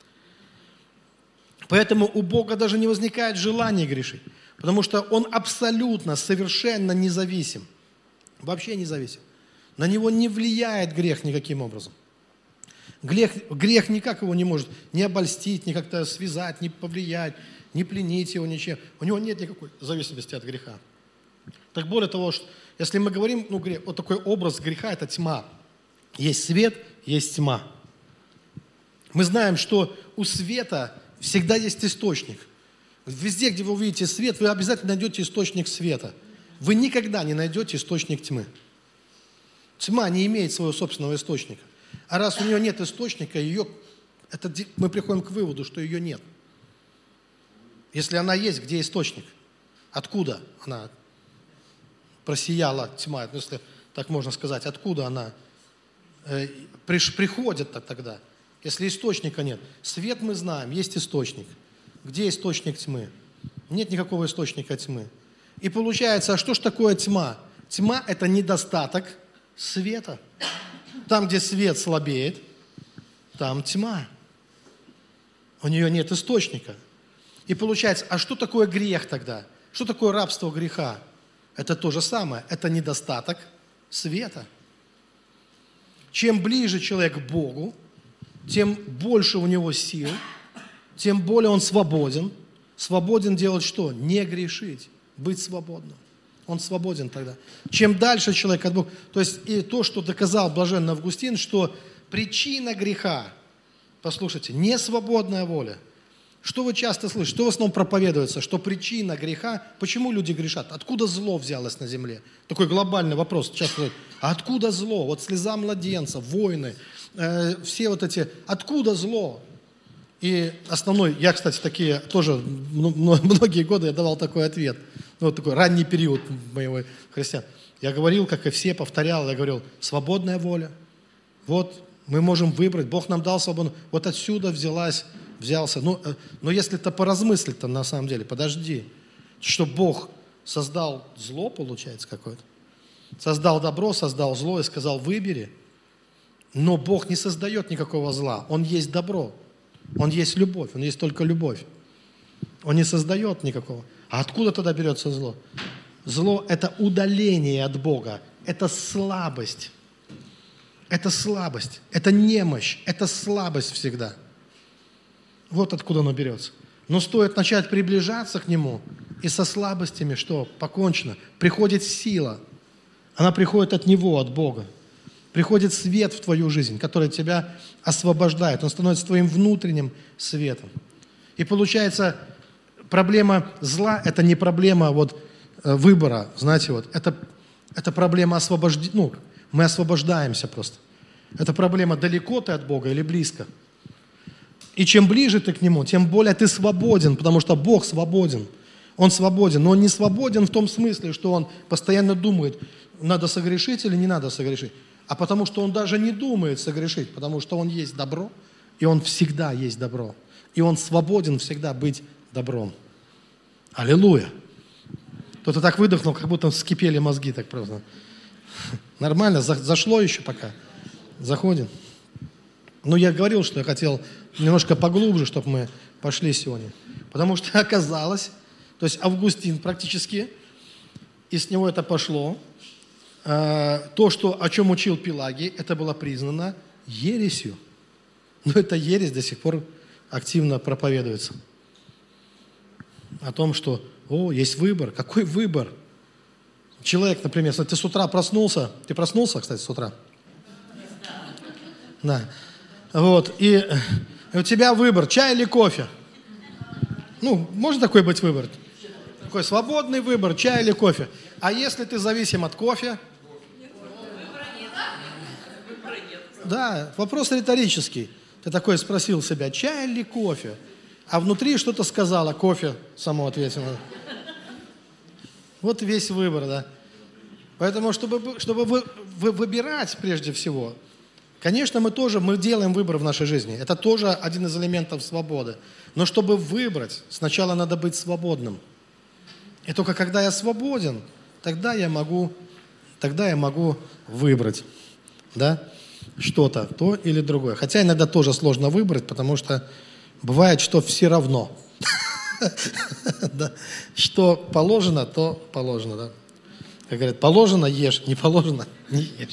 Поэтому у Бога даже не возникает желания грешить, потому что Он абсолютно, совершенно независим. Вообще независим. На Него не влияет грех никаким образом. Грех никак его не может ни обольстить, ни как-то связать, ни повлиять, ни пленить его ничем. У него нет никакой зависимости от греха. Так более того, что если мы говорим, грех, вот такой образ греха – это тьма. Есть свет, есть тьма. Мы знаем, что у света всегда есть источник. Везде, где вы увидите свет, вы обязательно найдете источник света. Вы никогда не найдете источник тьмы. Тьма не имеет своего собственного источника. А раз у нее нет источника, мы приходим к выводу, что ее нет. Если она есть, где источник? Откуда она просияла, тьма, если так можно сказать, откуда она приходит тогда, если источника нет? Свет мы знаем, есть источник. Где источник тьмы? Нет никакого источника тьмы. И получается, а что ж такое тьма? Тьма – это недостаток света. Там, где свет слабеет, там тьма. У нее нет источника. И получается, а что такое грех тогда? Что такое рабство греха? Это то же самое. Это недостаток света. Чем ближе человек к Богу, тем больше у него сил, тем более он свободен. Свободен делать что? Не грешить, быть свободным. он свободен тогда. Чем дальше человек от Бога, то есть и то, что доказал блаженный Августин, что причина греха, послушайте, не свободная воля. Что вы часто слышите, что в основном проповедуется, что причина греха, почему люди грешат, откуда зло взялось на земле? Такой глобальный вопрос часто говорят, а откуда зло? Вот слеза младенца, войны, все вот эти, откуда зло? И основной, я, кстати, такие тоже многие годы я давал такой ответ, вот такой ранний период моего христиан. Я говорил, как и все, повторял, я говорил, свободная воля, вот мы можем выбрать, Бог нам дал свободу, вот отсюда взялся. Но если это поразмыслить-то на самом деле, подожди, что Бог создал зло, получается, какое-то, создал добро, создал зло и сказал, выбери, но Бог не создает никакого зла, Он есть добро. Он есть любовь, Он есть только любовь. Он не создает никакого. А откуда тогда берется зло? Зло – это удаление от Бога, это слабость. Это слабость, это немощь, это слабость всегда. Вот откуда оно берется. Но стоит начать приближаться к Нему, и со слабостями что? Покончено. Приходит сила. Она приходит от Него, от Бога. Приходит свет в твою жизнь, который тебя освобождает. Он становится твоим внутренним светом. И получается, проблема зла – это не проблема выбора, знаете, это проблема освобождения. Мы освобождаемся просто. Это проблема, далеко ты от Бога или близко. И чем ближе ты к Нему, тем более ты свободен, потому что Бог свободен. Он свободен, но Он не свободен в том смысле, что Он постоянно думает, надо согрешить или не надо согрешить. А потому что Он даже не думает согрешить, потому что Он есть добро, и Он всегда есть добро. И Он свободен всегда быть добром. Аллилуйя! Кто-то так выдохнул, как будто вскипели мозги так просто. Нормально, зашло еще пока. Заходим. Я говорил, что я хотел немножко поглубже, чтобы мы пошли сегодня. Потому что оказалось, то есть Августин практически, и с него это пошло, то, о чем учил Пелагий, это было признано ересью. Но эта ересь до сих пор активно проповедуется. О том, что, есть выбор. Какой выбор? Человек, например, если ты с утра проснулся, ты проснулся, кстати, с утра? Да. И у тебя выбор, чай или кофе? Может такой быть выбор? Такой свободный выбор, чай или кофе. А если ты зависим от кофе? Да, вопрос риторический. Ты такой спросил себя, чай или кофе? А внутри что-то сказала, кофе, само ответило. Вот весь выбор, да. Поэтому, чтобы выбирать прежде всего, конечно, мы делаем выбор в нашей жизни. Это тоже один из элементов свободы. Но чтобы выбрать, сначала надо быть свободным. И только когда я свободен, тогда я могу выбрать, да, что-то, то или другое. Хотя иногда тоже сложно выбрать, потому что бывает, что все равно. Что положено, то положено, да. Как говорят, положено ешь, не положено не ешь.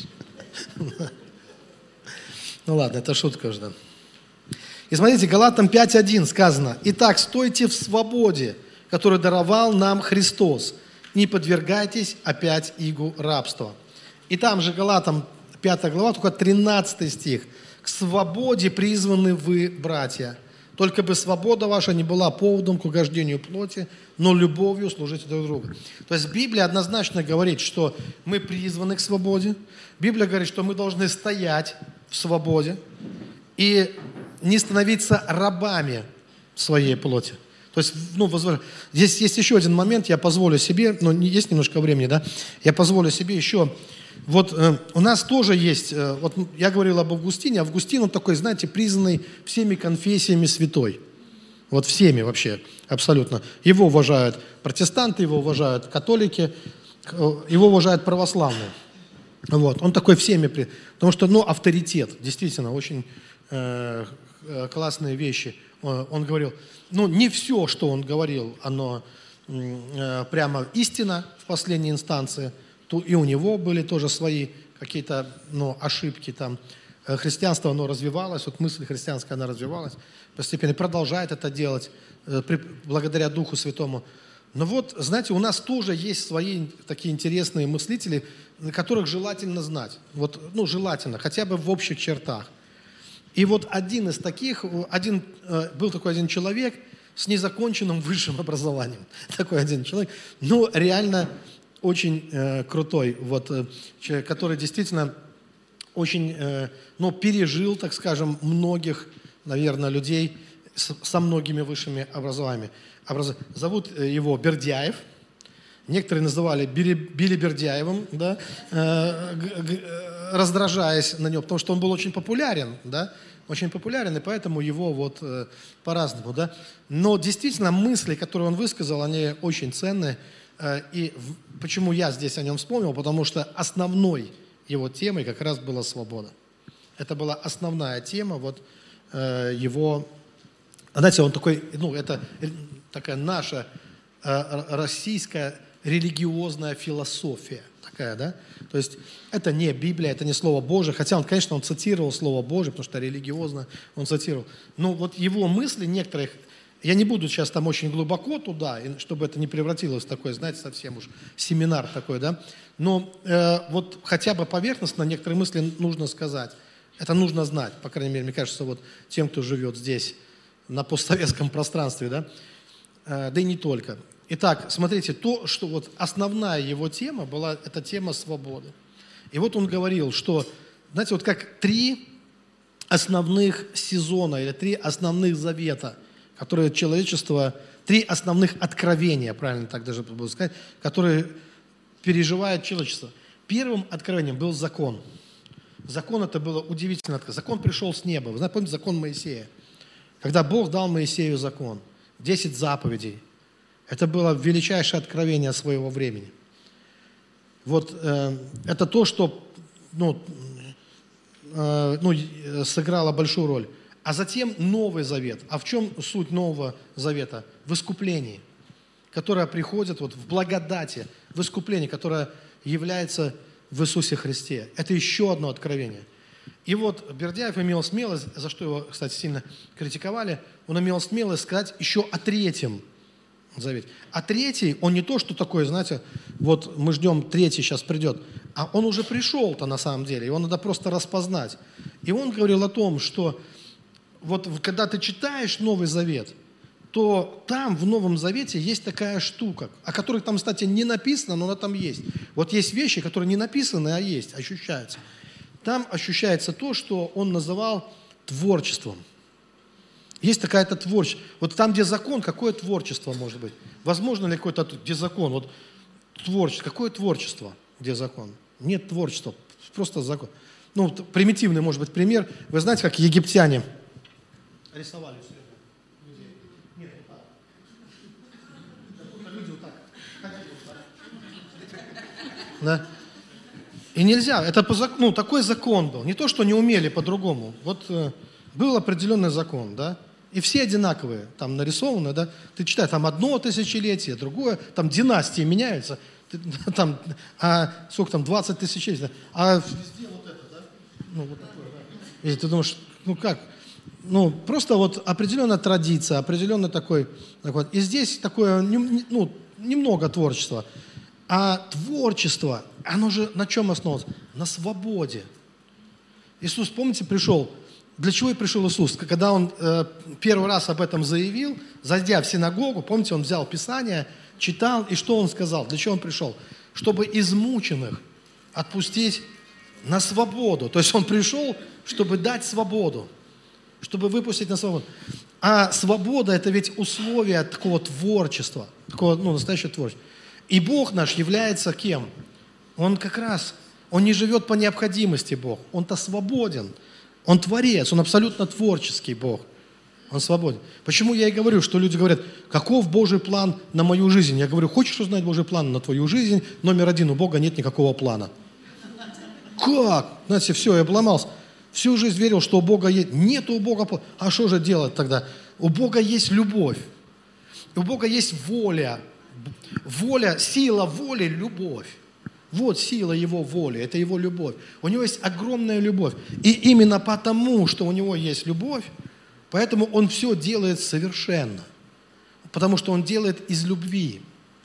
Ладно, это шутка уже, да. И смотрите, Галатам 5:1 сказано: «Итак, стойте в свободе, которую даровал нам Христос. Не подвергайтесь опять игу рабства». И там же Галатам 5 глава, только 13 стих. «К свободе призваны вы, братья. Только бы свобода ваша не была поводом к угождению плоти, но любовью служите друг другу». То есть Библия однозначно говорит, что мы призваны к свободе. Библия говорит, что мы должны стоять в свободе и не становиться рабами своей плоти. То есть, здесь есть еще один момент, я позволю себе, есть немножко времени, да, я позволю себе еще, у нас тоже есть, я говорил об Августине, Августин, он такой, знаете, признанный всеми конфессиями святой, всеми вообще, абсолютно. Его уважают протестанты, его уважают католики, его уважают православные. Он такой всеми, потому что, авторитет, действительно, очень классные вещи. Он говорил, не все, что он говорил, оно прямо истина в последней инстанции, и у него были тоже свои какие-то ошибки там. Христианство, оно развивалось, мысль христианская, она развивалась постепенно, продолжает это делать благодаря Духу Святому. Но вот, знаете, у нас тоже есть свои такие интересные мыслители, которых желательно знать. Вот, ну, желательно, хотя бы в общих чертах. И вот один из таких, был такой один человек с незаконченным высшим образованием. Такой один человек. Ну, реально очень крутой. Вот, человек, который действительно очень, ну, пережил, так скажем, многих, наверное, людей со многими высшими образованиями. Зовут его Бердяев. Некоторые называли Билли Бердяевым, да, раздражаясь на него, потому что он был очень популярен, да, очень популярен, и поэтому его вот по-разному, да. Но действительно мысли, которые он высказал, они очень ценные. И почему я здесь о нем вспомнил? Потому что основной его темой как раз была свобода. Это была основная тема вот его... Знаете, он такой, ну, это такая наша российская религиозная философия такая, да? То есть это не Библия, это не Слово Божие, хотя он, конечно, он цитировал Слово Божие, потому что религиозно он цитировал. Но вот его мысли некоторых, я не буду сейчас там очень глубоко туда, чтобы это не превратилось в такой, знаете, совсем уж семинар такой, да? Но вот хотя бы поверхностно некоторые мысли нужно сказать. Это нужно знать, по крайней мере, мне кажется, вот тем, кто живет здесь, на постсоветском пространстве, да? Да и не только. Итак, смотрите, то, что вот основная его тема была, это тема свободы. И вот он говорил, что, знаете, вот как 3 основных сезона или 3 основных завета, которые человечество, 3 основных откровения, правильно так даже буду сказать, которые переживает человечество. Первым откровением был закон. Закон это было удивительно. Закон пришел с неба. Вы знаете, помните закон Моисея? Когда Бог дал Моисею закон, 10 заповедей. Это было величайшее откровение своего времени. Вот это то, что сыграло большую роль. А затем Новый Завет. А в чем суть Нового Завета? В искуплении, которое приходит вот в благодати, в искуплении, которое является в Иисусе Христе. Это еще одно откровение. И вот Бердяев имел смелость, за что его, кстати, сильно критиковали, он имел смелость сказать еще о 3-м завете. А 3-й, он не то, что такое, знаете, вот мы ждем 3-й сейчас придет, а он уже пришел-то на самом деле, его надо просто распознать. И он говорил о том, что вот когда ты читаешь Новый Завет, то там в Новом Завете есть такая штука, о которой там, кстати, не написано, но она там есть. Вот есть вещи, которые не написаны, а есть, ощущаются. Там ощущается то, что он называл творчеством. Есть такая-то творчество. Вот там, где закон, какое творчество может быть? Возможно ли какое-то, где закон? Вот творчество. Какое творчество, где закон? Нет творчества, просто закон. Ну, примитивный, может быть, пример. Вы знаете, как египтяне рисовали все это? Людей. Нет, вот так. Люди вот так. Ходили вот так. Да? И нельзя. Это по закону, такой закон был. Не то, что не умели по-другому. Вот был определенный закон, да? И все одинаковые, там нарисованы, да? Ты читаешь, там одно тысячелетие, другое, там династии меняются, там, сколько там, 20 тысячелетий, а везде вот это, да? Ну, вот такое, да? И ты думаешь, ну как? Ну, просто вот определенная традиция, определенный такой. И здесь такое, ну, немного творчества. А творчество, оно же на чем основывалось? На свободе. Иисус, помните, пришел. Для чего и пришел Иисус? Когда Он первый раз об этом заявил, зайдя в синагогу, помните, Он взял Писание, читал, и что Он сказал? Для чего Он пришел? Чтобы измученных отпустить на свободу. То есть Он пришел, чтобы дать свободу, чтобы выпустить на свободу. А свобода – это ведь условие такого творчества, такого, ну, настоящего творчества. И Бог наш является кем? Он как раз, Он не живет по необходимости, Бог. Он-то свободен. Он творец, Он абсолютно творческий Бог. Он свободен. Почему я и говорю, что люди говорят, каков Божий план на мою жизнь? Я говорю, хочешь узнать Божий план на твою жизнь? Номер 1, у Бога нет никакого плана. Как? Знаете, все, я обломался. Всю жизнь верил, что у Бога есть. Нет у Бога плана. А что же делать тогда? У Бога есть любовь. У Бога есть воля. Воля, сила воли, любовь. Вот сила Его воли, это Его любовь. У Него есть огромная любовь. И именно потому, что у Него есть любовь, поэтому Он все делает совершенно. Потому что Он делает из любви.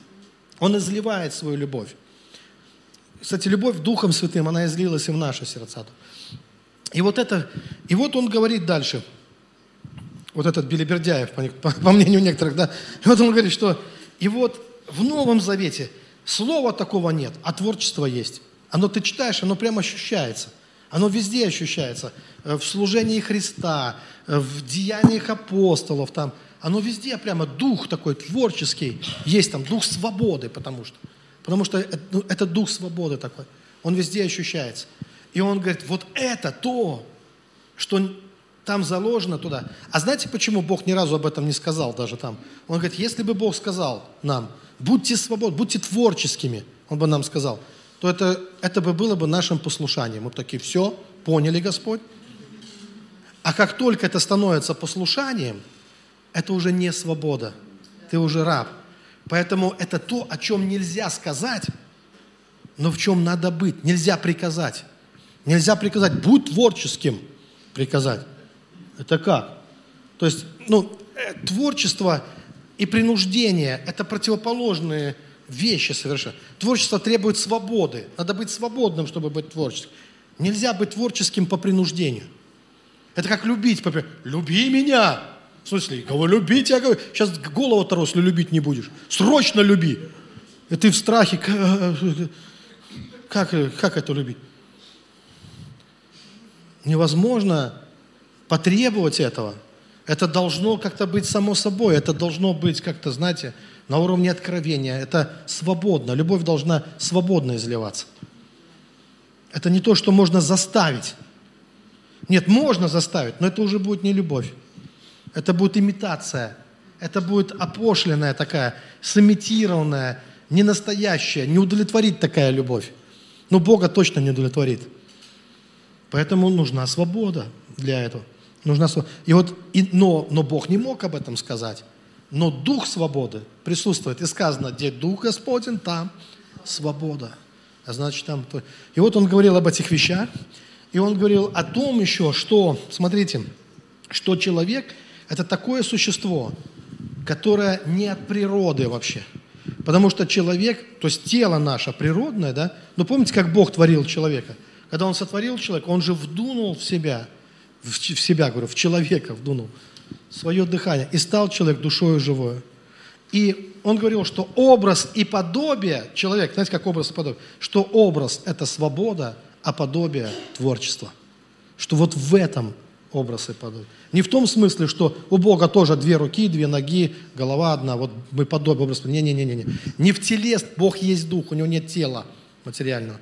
Он изливает свою любовь. Кстати, любовь Духом Святым, она излилась и в наши сердца. И вот он говорит дальше, вот этот Белибердяев, по мнению некоторых, да, и вот он говорит, что и вот в Новом Завете слова такого нет, а творчество есть. Оно ты читаешь, оно прямо ощущается. Оно везде ощущается. В служении Христа, в деяниях апостолов, там. Оно везде прямо дух такой творческий. Есть там дух свободы, потому что это дух свободы такой. Он везде ощущается. И он говорит, вот это то, что там заложено туда. А знаете, почему Бог ни разу об этом не сказал даже там? Он говорит, если бы Бог сказал нам, будьте свободны, будьте творческими, Он бы нам сказал, то это бы было бы нашим послушанием. Мы бы такие, все, поняли, Господь. А как только это становится послушанием, это уже не свобода, ты уже раб. Поэтому это то, о чем нельзя сказать, но в чем надо быть. Нельзя приказать. Нельзя приказать, будь творческим, приказать. Это как? То есть, творчество и принуждение – это противоположные вещи совершенно. Творчество требует свободы. Надо быть свободным, чтобы быть творческим. Нельзя быть творческим по принуждению. Это как любить. Люби меня. В смысле, кого любить? Я говорю, сейчас голову оторву, любить не будешь. Срочно люби. И ты в страхе. Как это любить? Невозможно потребовать этого. Это должно как-то быть само собой. Это должно быть как-то, знаете, на уровне откровения. Это свободно. Любовь должна свободно изливаться. Это не то, что можно заставить. Нет, можно заставить, но это уже будет не любовь. Это будет имитация. Это будет опошленная такая, сымитированная, ненастоящая, не удовлетворит такая любовь. Но Бога точно не удовлетворит. Поэтому нужна свобода для этого. Нужна свобода. Но Бог не мог об этом сказать. Но Дух свободы присутствует. И сказано, где Дух Господень, там свобода. А значит, там... И вот он говорил об этих вещах. И он говорил о том еще, что, смотрите, что человек – это такое существо, которое не от природы вообще. Потому что человек, то есть тело наше природное, да, помните, как Бог творил человека? Когда Он сотворил человека, Он же вдунул в себя, в человека вдунул свое дыхание, и стал человек душою живою. И Он говорил, что образ и подобие, человек, знаете, как образ и подобие, что образ – это свобода, а подобие – творчество. Что вот в этом образ и подобие. Не в том смысле, что у Бога тоже 2 руки, 2 ноги, голова одна, вот мы подобие, образ. Не-не-не. Не в телес, Бог есть дух, у Него нет тела материального.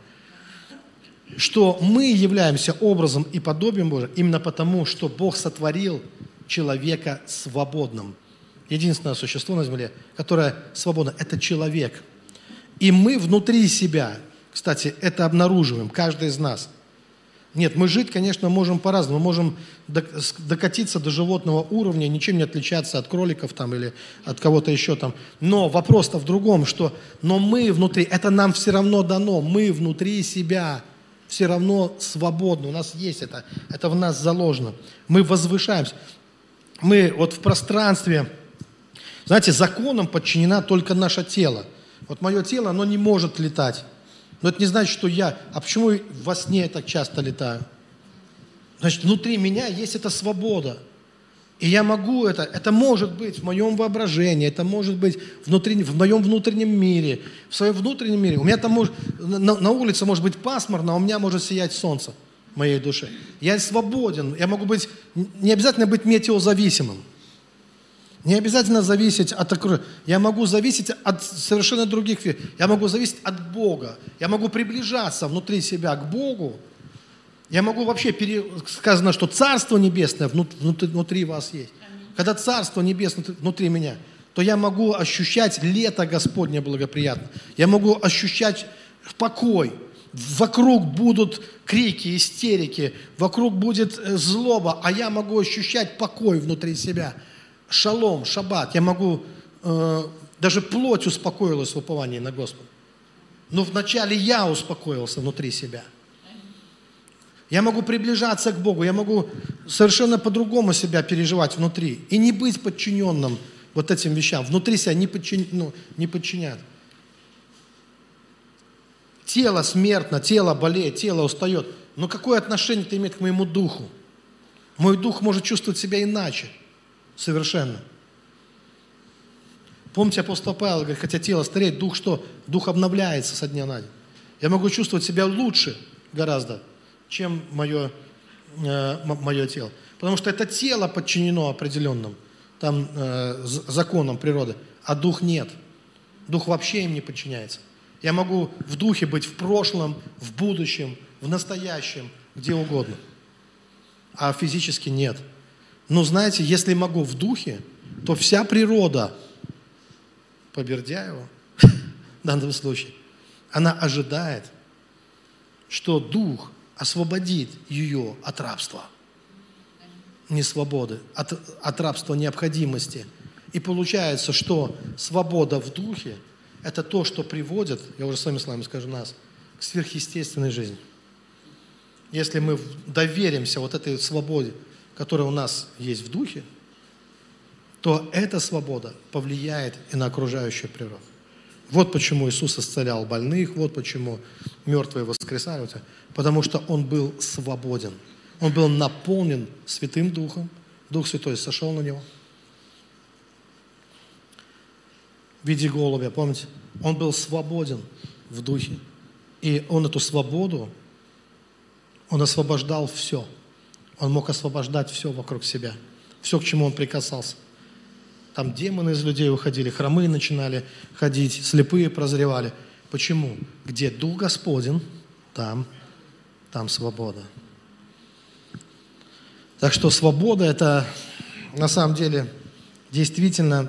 Что мы являемся образом и подобием Божьим именно потому, что Бог сотворил человека свободным. Единственное существо на земле, которое свободно, это человек. И мы внутри себя, кстати, это обнаруживаем, каждый из нас. Нет, мы жить, конечно, можем по-разному. Мы можем докатиться до животного уровня, ничем не отличаться от кроликов там, или от кого-то еще там. Но вопрос-то в другом, но мы внутри, это нам все равно дано, мы внутри себя все равно свободны. У нас есть это в нас заложено. Мы возвышаемся. Мы вот в пространстве, знаете, законам подчинено только наше тело. Вот мое тело, оно не может летать. Но это не значит, что А почему во сне я так часто летаю? Значит, внутри меня есть эта свобода. И я могу это может быть в моем воображении, это может быть в моем внутреннем мире, в своем внутреннем мире. У меня там на улице может быть пасмурно, а у меня может сиять солнце в моей душе. Я свободен, я могу быть, не обязательно быть метеозависимым. Не обязательно зависеть от окружения. Я могу зависеть от совершенно других вещей. Я могу зависеть от Бога. Я могу приближаться внутри себя к Богу. Я могу вообще, сказано, что Царство Небесное внутри вас есть. Когда Царство Небесное внутри меня, то я могу ощущать лето Господне благоприятно. Я могу ощущать покой. Вокруг будут крики, истерики, вокруг будет злоба, а я могу ощущать покой внутри себя. Шалом, шаббат. Я могу, даже плоть успокоилась в уповании на Господа. Но вначале я успокоился внутри себя. Я могу приближаться к Богу, я могу совершенно по-другому себя переживать внутри. И не быть подчиненным вот этим вещам. Внутри себя не подчинять. Тело смертно, тело болеет, тело устает. Но какое отношение это имеет к моему духу? Мой дух может чувствовать себя иначе. Совершенно. Помните, апостол Павел говорит, хотя тело стареет, дух что? Дух обновляется со дня на день. Я могу чувствовать себя лучше гораздо, чем мое тело. Потому что это тело подчинено определенным там, законам природы, а дух нет. Дух вообще им не подчиняется. Я могу в духе быть в прошлом, в будущем, в настоящем, где угодно. А физически нет. Но знаете, если могу в духе, то вся природа по Бердяеву, в данном случае, она ожидает, что дух освободит ее от рабства. Не свободы, от рабства необходимости. И получается, что свобода в духе – это то, что приводит, я уже своими словами скажу, нас к сверхъестественной жизни. Если мы доверимся вот этой свободе, которая у нас есть в духе, то эта свобода повлияет и на окружающую природу. Вот почему Иисус исцелял больных, вот почему мертвые воскресали. Потому что Он был свободен. Он был наполнен Святым Духом. Дух Святой сошел на Него. В виде голубя, помните? Он был свободен в Духе. И Он эту свободу, Он освобождал все. Он мог освобождать все вокруг себя. Все, к чему Он прикасался. Там демоны из людей уходили, хромые начинали ходить, слепые прозревали. Почему? Где Дух Господень, там свобода. Так что свобода – это на самом деле действительно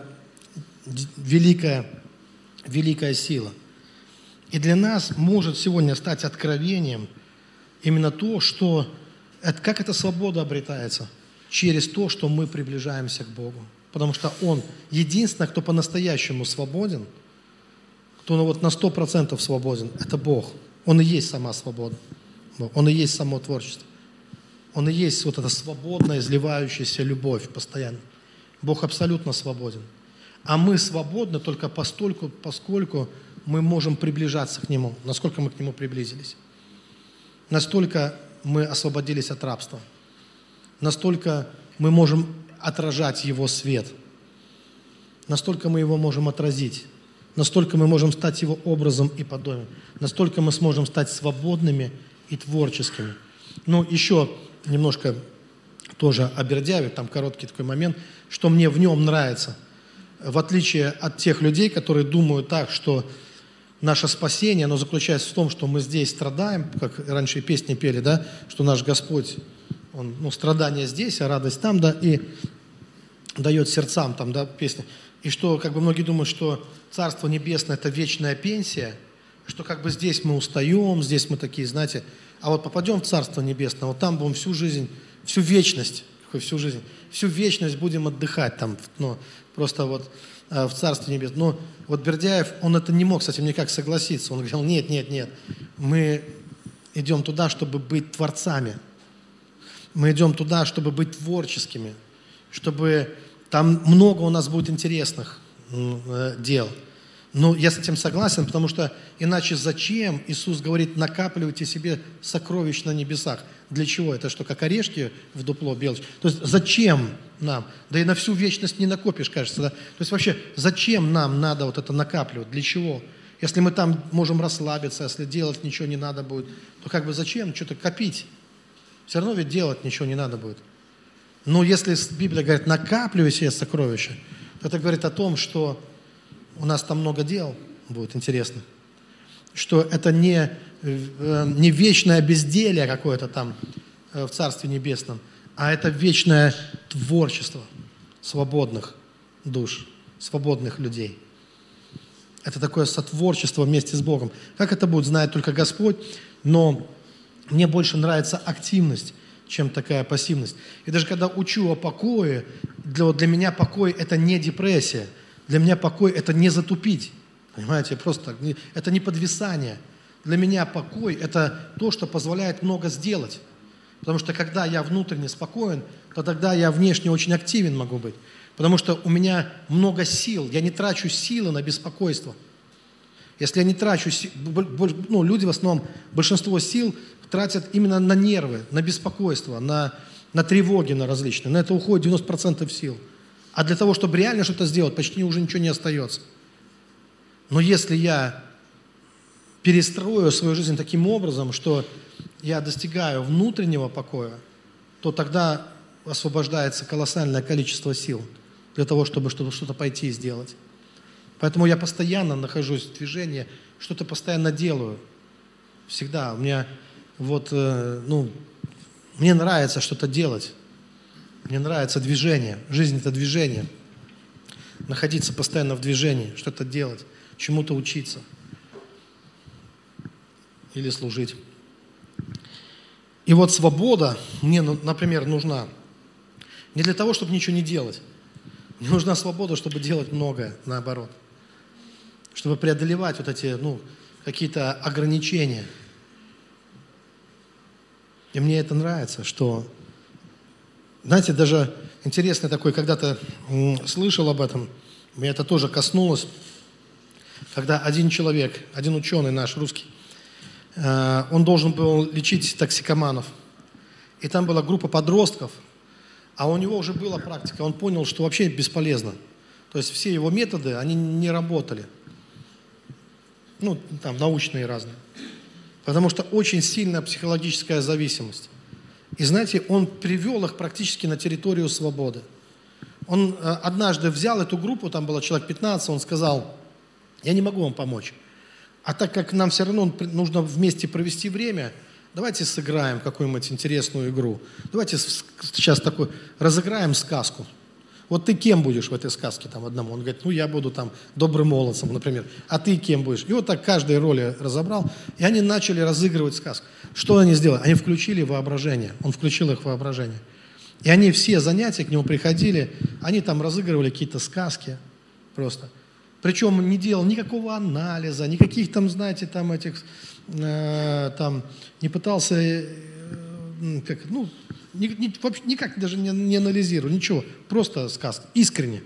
великая сила. И для нас может сегодня стать откровением именно то, что как эта свобода обретается через то, что мы приближаемся к Богу. Потому что Он единственный, кто по-настоящему свободен, кто вот на 100% свободен, это Бог. Он и есть сама свобода. Он и есть само творчество. Он и есть вот эта свободная, изливающаяся любовь постоянно. Бог абсолютно свободен. А мы свободны только поскольку мы можем приближаться к Нему. Насколько мы к Нему приблизились. Настолько мы освободились от рабства. Настолько мы можем отражать Его свет. Настолько мы Его можем отразить. Настолько мы можем стать Его образом и подобием. Настолько мы сможем стать свободными и творческими. Ну, еще немножко тоже о Бердяеве, там короткий такой момент, что мне в нем нравится. В отличие от тех людей, которые думают так, что наше спасение, оно заключается в том, что мы здесь страдаем, как раньше песни пели, да, что наш Господь, Он, страдание здесь, а радость там, да, и дает сердцам там, да, песни. И что, как бы многие думают, что Царство Небесное – это вечная пенсия, что как бы здесь мы устаем, здесь мы такие, знаете, а вот попадем в Царство Небесное, вот там будем всю жизнь, всю вечность будем отдыхать там, просто вот в Царстве Небесном. Но вот Бердяев, он это не мог с этим никак согласиться. Он говорил, нет, мы идем туда, чтобы быть творцами. Мы идем туда, чтобы быть творческими, чтобы там много у нас будет интересных дел. Но я с этим согласен, потому что иначе зачем Иисус говорит, накапливайте себе сокровищ на небесах? Для чего? Это что, как орешки в дупло белочь? То есть зачем нам? Да и на всю вечность не накопишь, кажется. Да? То есть вообще зачем нам надо вот это накапливать? Для чего? Если мы там можем расслабиться, если делать ничего не надо будет, то как бы зачем что-то копить? Все равно ведь делать ничего не надо будет. Но если Библия говорит, накапливай себе сокровища, то это говорит о том, что у нас там много дел будет интересно. Что это не вечное безделие какое-то там в Царстве Небесном, а это вечное творчество свободных душ, свободных людей. Это такое сотворчество вместе с Богом. Как это будет, знает только Господь, но мне больше нравится активность, чем такая пассивность. И даже когда учу о покое, для меня покой – это не депрессия. Для меня покой – это не затупить. Понимаете, просто это не подвисание. Для меня покой – это то, что позволяет много сделать. Потому что когда я внутренне спокоен, то тогда я внешне очень активен могу быть. Потому что у меня много сил, я не трачу силы на беспокойство. Если я не трачу, люди в основном, большинство сил тратят именно на нервы, на беспокойство, на тревоги на различные. На это уходит 90% сил. А для того, чтобы реально что-то сделать, почти уже ничего не остается. Но если я перестрою свою жизнь таким образом, что я достигаю внутреннего покоя, то тогда освобождается колоссальное количество сил для того, чтобы что-то пойти и сделать. Поэтому я постоянно нахожусь в движении, что-то постоянно делаю. Всегда. У меня мне нравится что-то делать. Мне нравится движение. Жизнь – это движение. Находиться постоянно в движении, что-то делать, чему-то учиться или служить. И вот свобода мне, например, нужна не для того, чтобы ничего не делать. Мне нужна свобода, чтобы делать многое, наоборот. Чтобы преодолевать вот эти, какие-то ограничения. И мне это нравится, что, знаете, даже интересный такой, когда-то слышал об этом, меня это тоже коснулось, когда один человек, один ученый наш, русский, он должен был лечить токсикоманов. И там была группа подростков, а у него уже была практика, он понял, что вообще бесполезно. То есть все его методы, они не работали. Там научные разные. Потому что очень сильная психологическая зависимость. И знаете, он привел их практически на территорию свободы. Он однажды взял эту группу, там было человек 15, он сказал: я не могу вам помочь. А так как нам все равно нужно вместе провести время, давайте сыграем какую-нибудь интересную игру. Давайте сейчас разыграем сказку. Вот ты кем будешь в этой сказке там одному? Он говорит: я буду там добрым молодцем, например. А ты кем будешь? И вот так каждой роли разобрал. И они начали разыгрывать сказку. Что они сделали? Они включили воображение. Он включил их воображение. И они все занятия к нему приходили, они там разыгрывали какие-то сказки просто. Причем не делал никакого анализа, никаких там, знаете, там этих, не пытался, вообще никак даже не анализировал, ничего, просто сказка, искренне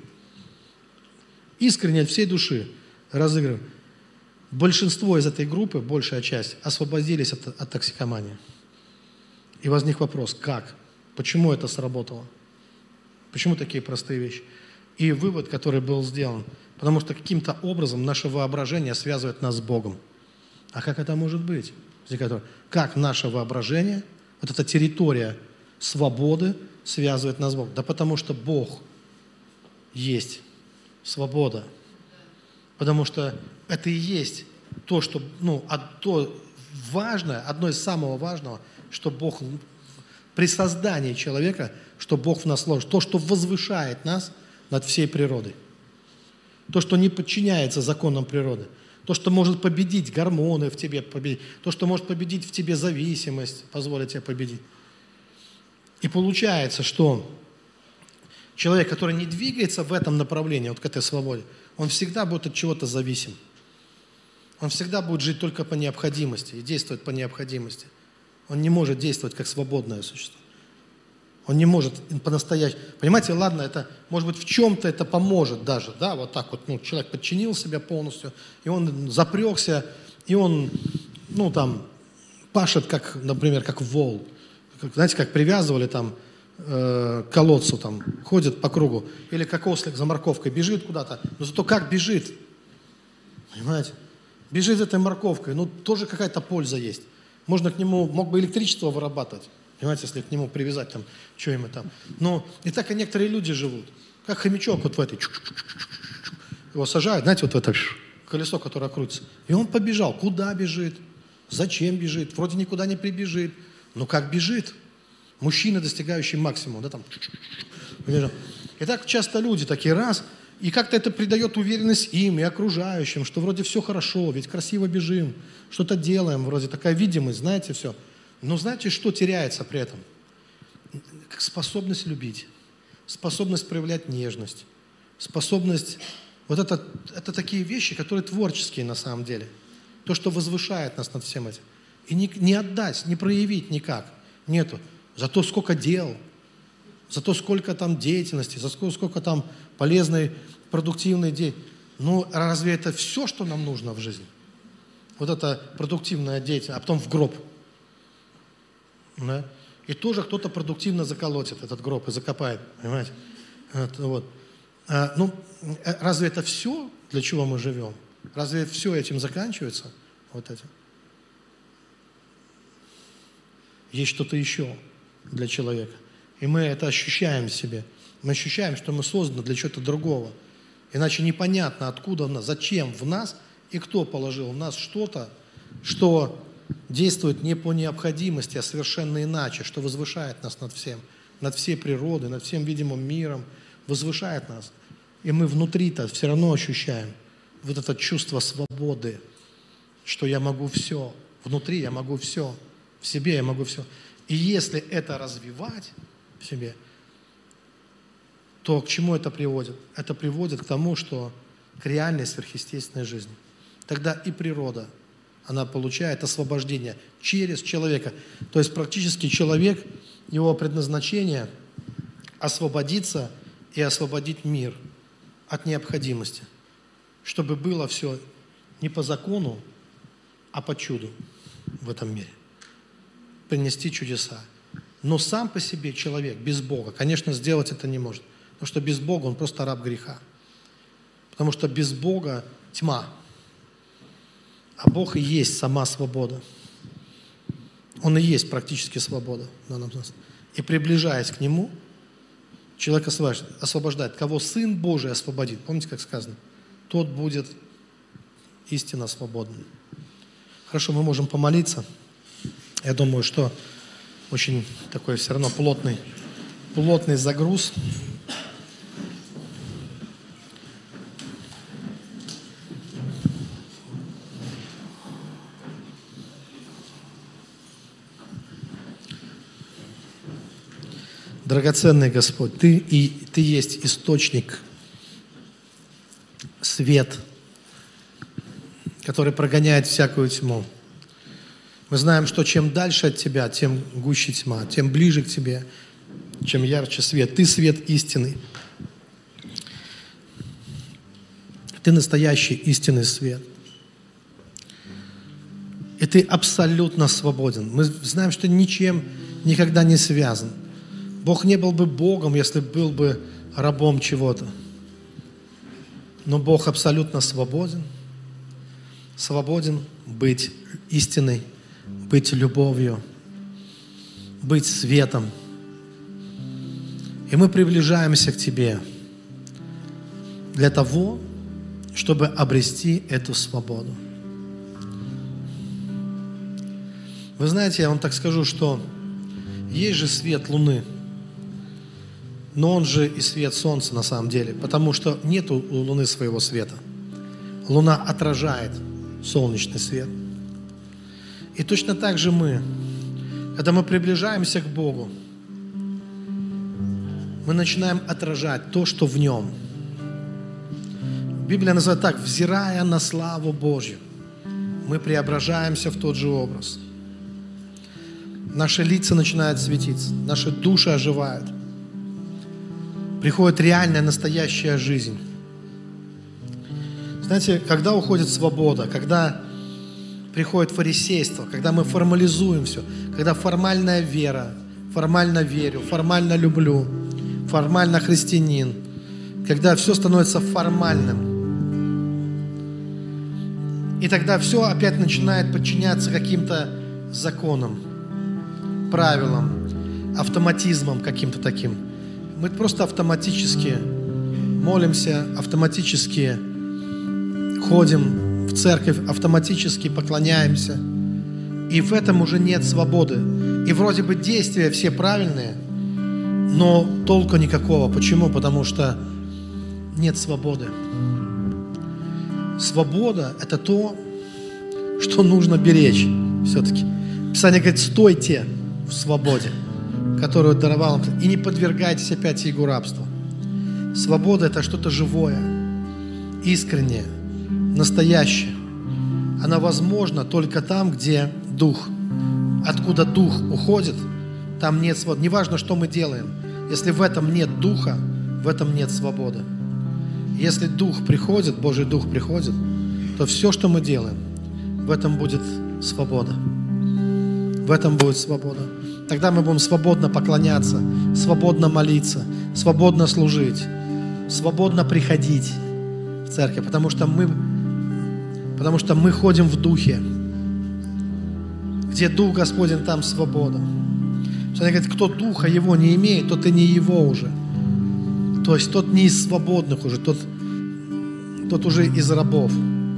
от всей души разыгрывал. Большинство из этой группы, большая часть, освободились от токсикомании. И возник вопрос: как? Почему это сработало? Почему такие простые вещи? И вывод, который был сделан: потому что каким-то образом наше воображение связывает нас с Богом. А как это может быть? Как наше воображение, вот эта территория свободы связывает нас с Богом? Да потому что Бог есть свобода. Потому что это и есть то, что, то важное, одно из самого важного, что Бог при создании человека, что Бог в нас вложит, то, что возвышает нас над всей природой. То, что не подчиняется законам природы. То, что может победить гормоны в тебе, то, что может победить в тебе зависимость, позволить тебе победить. И получается, что человек, который не двигается в этом направлении, вот к этой свободе, он всегда будет от чего-то зависим. Он всегда будет жить только по необходимости и действовать по необходимости. Он не может действовать как свободное существо. Он не может по-настоящему. Понимаете, ладно, это, может быть, в чем-то это поможет даже, да, вот так вот, человек подчинил себя полностью, и он запрягся, и он, пашет, как, например, как вол. Знаете, как привязывали там к колодцу, там, ходит по кругу, или как ослик за морковкой бежит куда-то, но зато как бежит, понимаете, бежит этой морковкой, тоже какая-то польза есть. Можно к нему, мог бы электричество вырабатывать, понимаете, если к нему привязать там, что ему там. И так и некоторые люди живут, как хомячок вот в этой, его сажают, знаете, вот в это колесо, которое крутится, и он побежал. Куда бежит? Зачем бежит? Вроде никуда не прибежит. Но как бежит? Мужчина, достигающий максимума, да, там, побежал. И так часто люди такие раз, и как-то это придает уверенность им и окружающим, что вроде все хорошо, ведь красиво бежим, что-то делаем, вроде такая видимость, знаете, все. Но знаете, что теряется при этом? Способность любить, способность проявлять нежность, способность... Вот это такие вещи, которые творческие на самом деле. То, что возвышает нас над всем этим. И не отдать, не проявить никак. Нету. Зато сколько дел, зато сколько там деятельности, зато сколько там полезной, продуктивной деятельности. Разве это все, что нам нужно в жизни? Вот это продуктивная деятельность, а потом в гроб. Да? И тоже кто-то продуктивно заколотит этот гроб и закопает, понимаете? Вот. Разве это все, для чего мы живем? Разве все этим заканчивается? Вот этим. Есть что-то еще для человека. И мы это ощущаем в себе. Мы ощущаем, что мы созданы для чего-то другого. Иначе непонятно, откуда в нас, зачем в нас и кто положил в нас что-то, что действует не по необходимости, а совершенно иначе, что возвышает нас над всем, над всей природой, над всем видимым миром, возвышает нас. И мы внутри-то все равно ощущаем вот это чувство свободы, что я могу все, внутри я могу все, в себе я могу все. И если это развивать в себе, то к чему это приводит? Это приводит к тому, что к реальной сверхъестественной жизни. Тогда и природа, она получает освобождение через человека. То есть практически человек, его предназначение освободиться и освободить мир от необходимости, чтобы было все не по закону, а по чуду в этом мире. Принести чудеса. Но сам по себе человек без Бога, конечно, сделать это не может. Потому что без Бога он просто раб греха. Потому что без Бога тьма. А Бог и есть сама свобода. Он и есть практически свобода. И приближаясь к Нему, человек освобождает. Кого Сын Божий освободит, помните, как сказано? Тот будет истинно свободным. Хорошо, мы можем помолиться. Я думаю, что очень такой все равно плотный загруз. Драгоценный Господь, Ты есть источник, свет, который прогоняет всякую тьму. Мы знаем, что чем дальше от Тебя, тем гуще тьма, тем ближе к Тебе, чем ярче свет. Ты свет истинный. Ты настоящий истинный свет. И Ты абсолютно свободен. Мы знаем, что ничем никогда не связан. Бог не был бы Богом, если был бы рабом чего-то. Но Бог абсолютно свободен. Свободен быть истиной, быть любовью, быть светом. И мы приближаемся к Тебе для того, чтобы обрести эту свободу. Вы знаете, я вам так скажу, что есть же свет Луны, но он же и свет Солнца на самом деле, потому что нет у Луны своего света. Луна отражает солнечный свет. И точно так же мы, когда мы приближаемся к Богу, мы начинаем отражать то, что в Нем. Библия называет так: взирая на славу Божью, мы преображаемся в тот же образ. Наши лица начинают светиться, наши души оживают. Приходит реальная, настоящая жизнь. Знаете, когда уходит свобода, когда приходит фарисейство, когда мы формализуем все, когда формальная вера, формально верю, формально люблю, формально христианин, когда все становится формальным, и тогда все опять начинает подчиняться каким-то законам, правилам, автоматизмам каким-то таким. Мы просто автоматически молимся, автоматически ходим в церковь, автоматически поклоняемся. И в этом уже нет свободы. И вроде бы действия все правильные, но толку никакого. Почему? Потому что нет свободы. Свобода – это то, что нужно беречь все-таки. Писание говорит: стойте в свободе, которую даровал вам, и не подвергайтесь опять иго рабства. Свобода – это что-то живое, искреннее, настоящее. Она возможна только там, где Дух. Откуда Дух уходит, там нет свободы. Неважно, что мы делаем. Если в этом нет Духа, в этом нет свободы. Если Дух приходит, Божий Дух приходит, то все, что мы делаем, в этом будет свобода. В этом будет свобода. Тогда мы будем свободно поклоняться, свободно молиться, свободно служить, свободно приходить в церковь, потому что мы ходим в Духе. Где Дух Господень, там свобода. Они говорят, кто Духа Его не имеет, тот и не Его уже. То есть тот не из свободных уже, тот уже из рабов.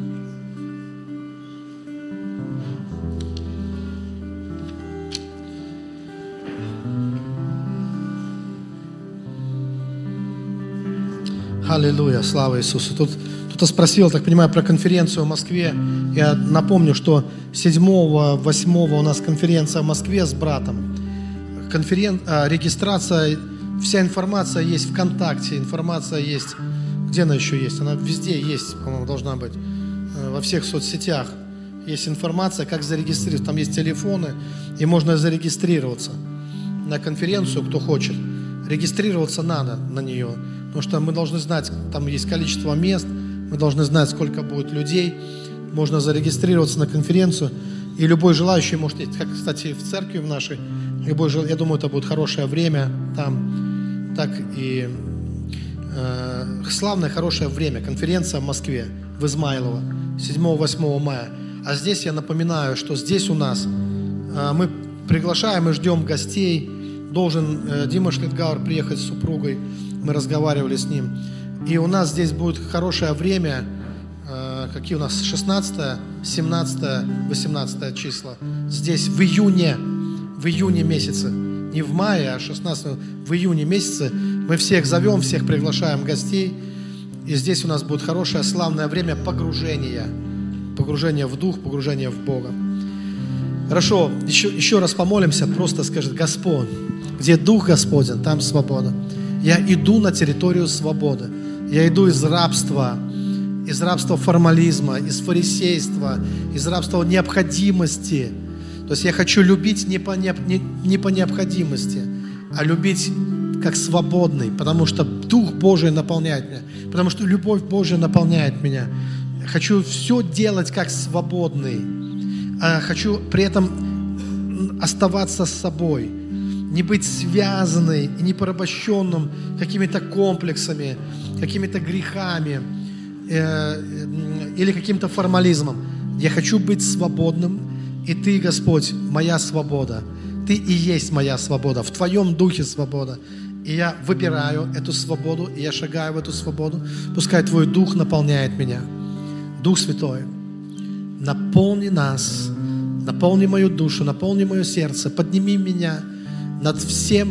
Аллилуйя, слава Иисусу. Тут кто-то спросил, так понимаю, про конференцию в Москве. Я напомню, что 7-8 у нас конференция в Москве с братом. Регистрация, вся информация есть ВКонтакте, информация есть, где она еще есть? Она везде есть, по-моему, должна быть. Во всех соцсетях есть информация, как зарегистрироваться. Там есть телефоны, и можно зарегистрироваться на конференцию, кто хочет. Регистрироваться надо на нее. Потому что мы должны знать, там есть количество мест, мы должны знать, сколько будет людей. Можно зарегистрироваться на конференцию, и любой желающий может идти. Как, кстати, в церкви в нашей, я думаю, это будет хорошее время там, так и славное, хорошее время. Конференция в Москве, в Измайлово, 7-8 мая. А здесь я напоминаю, что здесь у нас мы приглашаем и ждем гостей. Должен Дима Шлитгауэр приехать с супругой. Мы разговаривали с ним. И у нас здесь будет хорошее время. Какие у нас? 16, 17, 18 числа. Здесь в июне месяце. Не в мае, а 16, в июне месяце. Мы всех зовем, всех приглашаем гостей. И здесь у нас будет хорошее, славное время погружения. Погружение в Дух, погружение в Бога. Хорошо, еще раз помолимся. Просто скажет: Господь, где Дух Господень, там свобода. Я иду на территорию свободы. Я иду из рабства формализма, из фарисейства, из рабства необходимости. То есть я хочу любить не по необходимости, а любить как свободный, потому что Дух Божий наполняет меня, потому что любовь Божия наполняет меня. Хочу все делать как свободный. Хочу при этом оставаться с собой. Не быть связанной и не порабощенным какими-то комплексами, какими-то грехами или каким-то формализмом. Я хочу быть свободным, и Ты, Господь, моя свобода. Ты и есть моя свобода. В Твоем Духе свобода. И я выбираю эту свободу, и я шагаю в эту свободу. Пускай Твой Дух наполняет меня. Дух Святой, наполни нас, наполни мою душу, наполни мое сердце, подними меня над всеми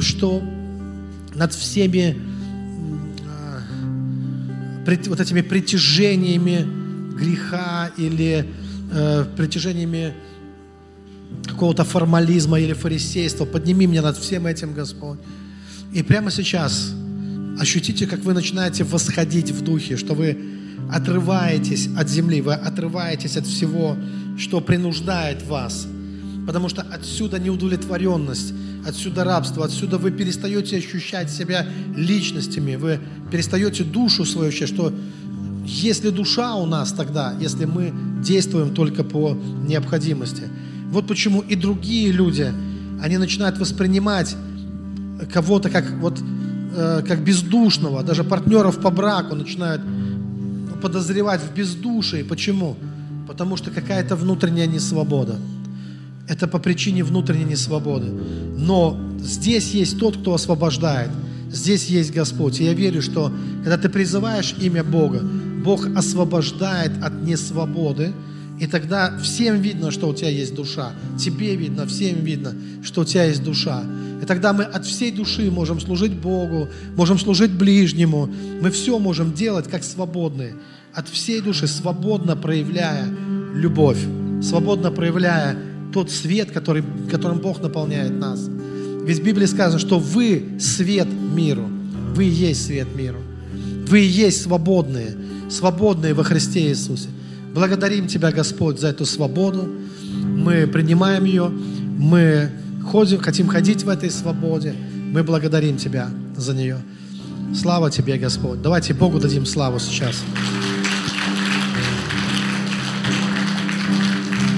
вот этими притяжениями греха или притяжениями какого-то формализма или фарисейства. Подними меня над всем этим, Господь. И прямо сейчас ощутите, как вы начинаете восходить в Духе, что вы отрываетесь от земли, вы отрываетесь от всего, что принуждает вас. Потому что отсюда неудовлетворенность, отсюда рабство, отсюда вы перестаете ощущать себя личностями, вы перестаете душу свою ощущать, что если душа у нас тогда, если мы действуем только по необходимости. Вот почему и другие люди, они начинают воспринимать кого-то как бездушного, даже партнеров по браку начинают подозревать в бездушии. Почему? Потому что какая-то внутренняя несвобода. Это по причине внутренней несвободы. Но здесь есть тот, кто освобождает. Здесь есть Господь. И я верю, что когда ты призываешь имя Бога, Бог освобождает от несвободы. И тогда всем видно, что у тебя есть душа. Тебе видно, всем видно, что у тебя есть душа. И тогда мы от всей души можем служить Богу, можем служить ближнему. Мы все можем делать как свободные. От всей души, свободно проявляя любовь, свободно проявляя тот свет, которым Бог наполняет нас. Ведь в Библии сказано, что вы свет миру. Вы и есть свет миру. Вы и есть свободные во Христе Иисусе. Благодарим Тебя, Господь, за эту свободу. Мы принимаем ее. Мы хотим ходить в этой свободе. Мы благодарим Тебя за нее. Слава Тебе, Господь. Давайте Богу дадим славу сейчас.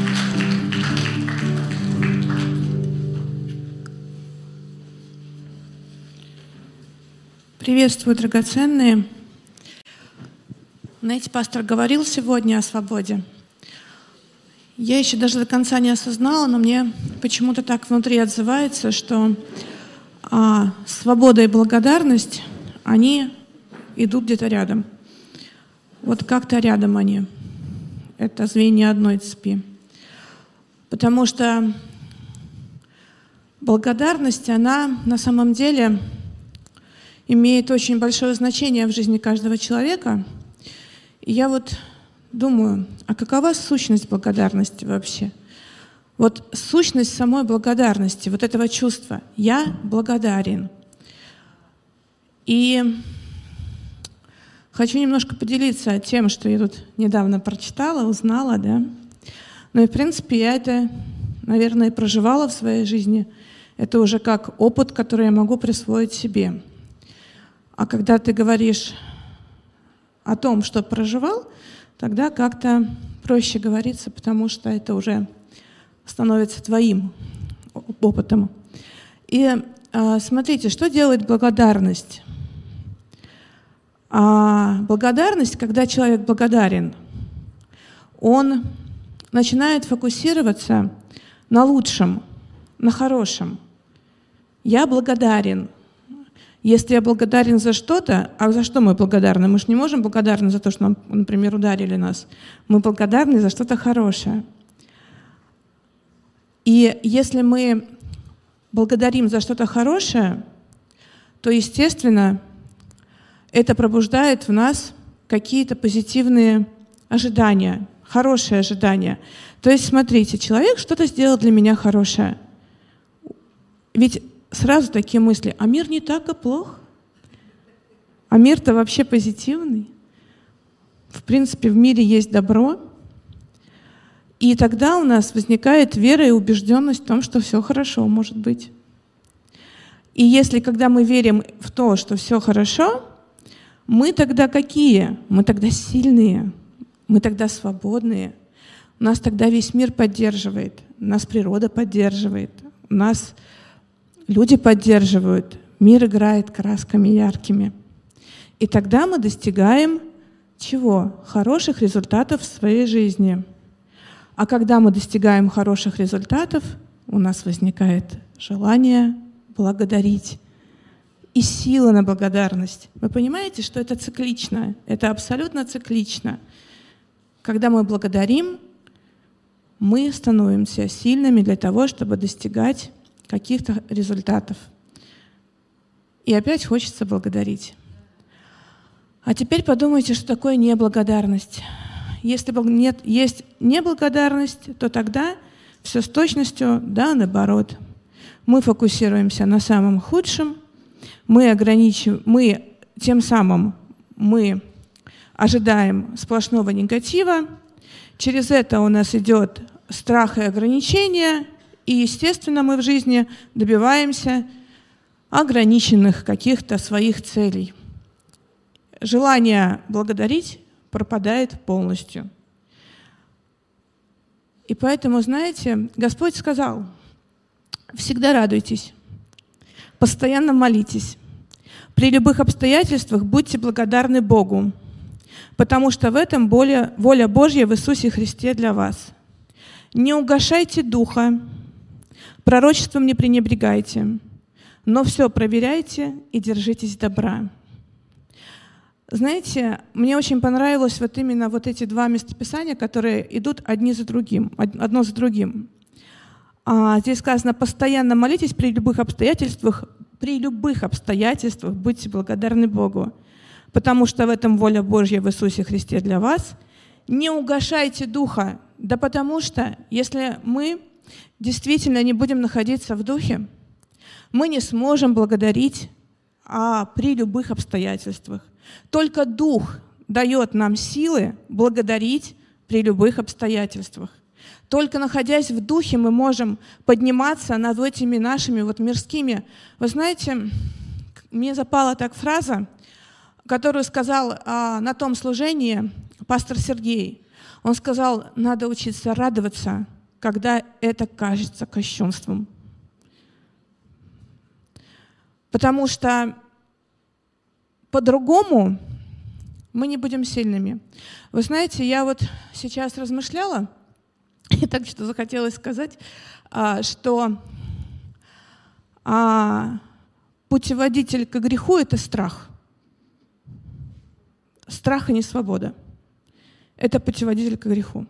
Приветствую, драгоценные. Знаете, пастор говорил сегодня о свободе. Я еще даже до конца не осознала, но мне почему-то так внутри отзывается, что свобода и благодарность, они идут где-то рядом. Вот как-то рядом они. Это звенья одной цепи. Потому что благодарность, она на самом деле имеет очень большое значение в жизни каждого человека. И я вот думаю, а какова сущность благодарности вообще? Вот сущность самой благодарности, вот этого чувства «я благодарен». И хочу немножко поделиться тем, что я тут недавно прочитала, узнала, да. Ну и, в принципе, я это, наверное, проживала в своей жизни. Это уже как опыт, который я могу присвоить себе. А когда ты говоришь о том, что проживал, тогда как-то проще говорится, потому что это уже становится твоим опытом. И смотрите, что делает благодарность? Благодарность, когда человек благодарен, он начинает фокусироваться на лучшем, на хорошем. Я благодарен. Если я благодарен за что-то, а за что мы благодарны? Мы же не можем благодарны за то, что нам, например, ударили нас. Мы благодарны за что-то хорошее. И если мы благодарим за что-то хорошее, то, естественно, это пробуждает в нас какие-то позитивные ожидания, хорошие ожидания. То есть, смотрите, человек что-то сделал для меня хорошее. Ведь сразу такие мысли, а мир не так и плох. А мир-то вообще позитивный. В принципе, в мире есть добро. И тогда у нас возникает вера и убежденность в том, что все хорошо может быть. И если, когда мы верим в то, что все хорошо, мы тогда какие? Мы тогда сильные, мы тогда свободные. Нас тогда весь мир поддерживает, нас природа поддерживает, нас люди поддерживают, мир играет красками яркими. И тогда мы достигаем чего? Хороших результатов в своей жизни. А когда мы достигаем хороших результатов, у нас возникает желание благодарить и сила на благодарность. Вы понимаете, что это циклично, это абсолютно циклично. Когда мы благодарим, мы становимся сильными для того, чтобы достигать каких-то результатов. И опять хочется благодарить. А теперь подумайте, что такое неблагодарность. Если есть неблагодарность, то тогда все с точностью, да, наоборот. Мы фокусируемся на самом худшем, тем самым мы ожидаем сплошного негатива, через это у нас идет страх и ограничения, и, естественно, мы в жизни добиваемся ограниченных каких-то своих целей. Желание благодарить пропадает полностью. И поэтому, знаете, Господь сказал, всегда радуйтесь, постоянно молитесь, при любых обстоятельствах будьте благодарны Богу, потому что в этом воля Божья в Иисусе Христе для вас. Не угашайте духа, пророчеством не пренебрегайте, но все проверяйте и держитесь добра. Знаете, мне очень понравилось вот именно вот эти два местописания, которые идут одно за другим. Здесь сказано, постоянно молитесь при любых обстоятельствах будьте благодарны Богу, потому что в этом воля Божья в Иисусе Христе для вас. Не угашайте духа, да потому что, если мы действительно не будем находиться в духе, мы не сможем благодарить при любых обстоятельствах. Только Дух дает нам силы благодарить при любых обстоятельствах. Только находясь в Духе, мы можем подниматься над этими нашими мирскими. Вы знаете, мне запала так фраза, которую сказал на том служении пастор Сергей. Он сказал, надо учиться радоваться, когда это кажется кощунством. Потому что по-другому мы не будем сильными. Вы знаете, я вот сейчас размышляла, и так что захотелось сказать, что путеводитель к греху — это страх. Страх и не свобода. Это путеводитель к греху.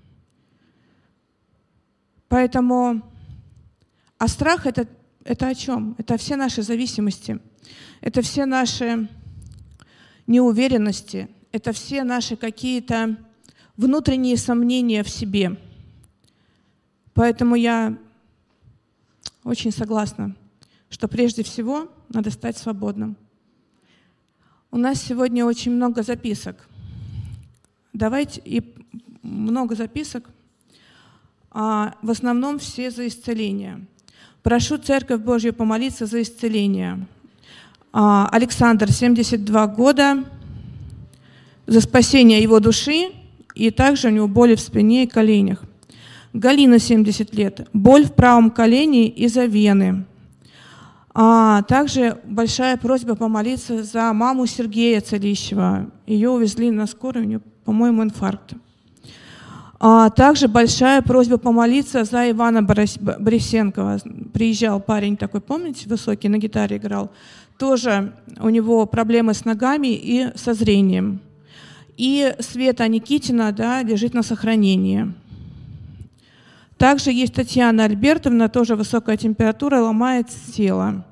Поэтому, страх — это о чем? Это все наши зависимости, это все наши неуверенности, это все наши какие-то внутренние сомнения в себе. Поэтому я очень согласна, что прежде всего надо стать свободным. У нас сегодня очень много записок. Давайте, и много записок, в основном все за исцеление. Прошу Церковь Божью помолиться за исцеление. Александр, 72 года, за спасение его души, и также у него боли в спине и коленях. Галина, 70 лет, боль в правом колене из-за вены. Также большая просьба помолиться за маму Сергея Целищева. Ее увезли на скорую, у нее, по-моему, инфаркт. Также большая просьба помолиться за Ивана Борисенкова. Приезжал парень такой, помните, высокий, на гитаре играл. Тоже у него проблемы с ногами и со зрением. И Света Никитина, да, лежит на сохранении. Также есть Татьяна Альбертовна, тоже высокая температура, ломает тело.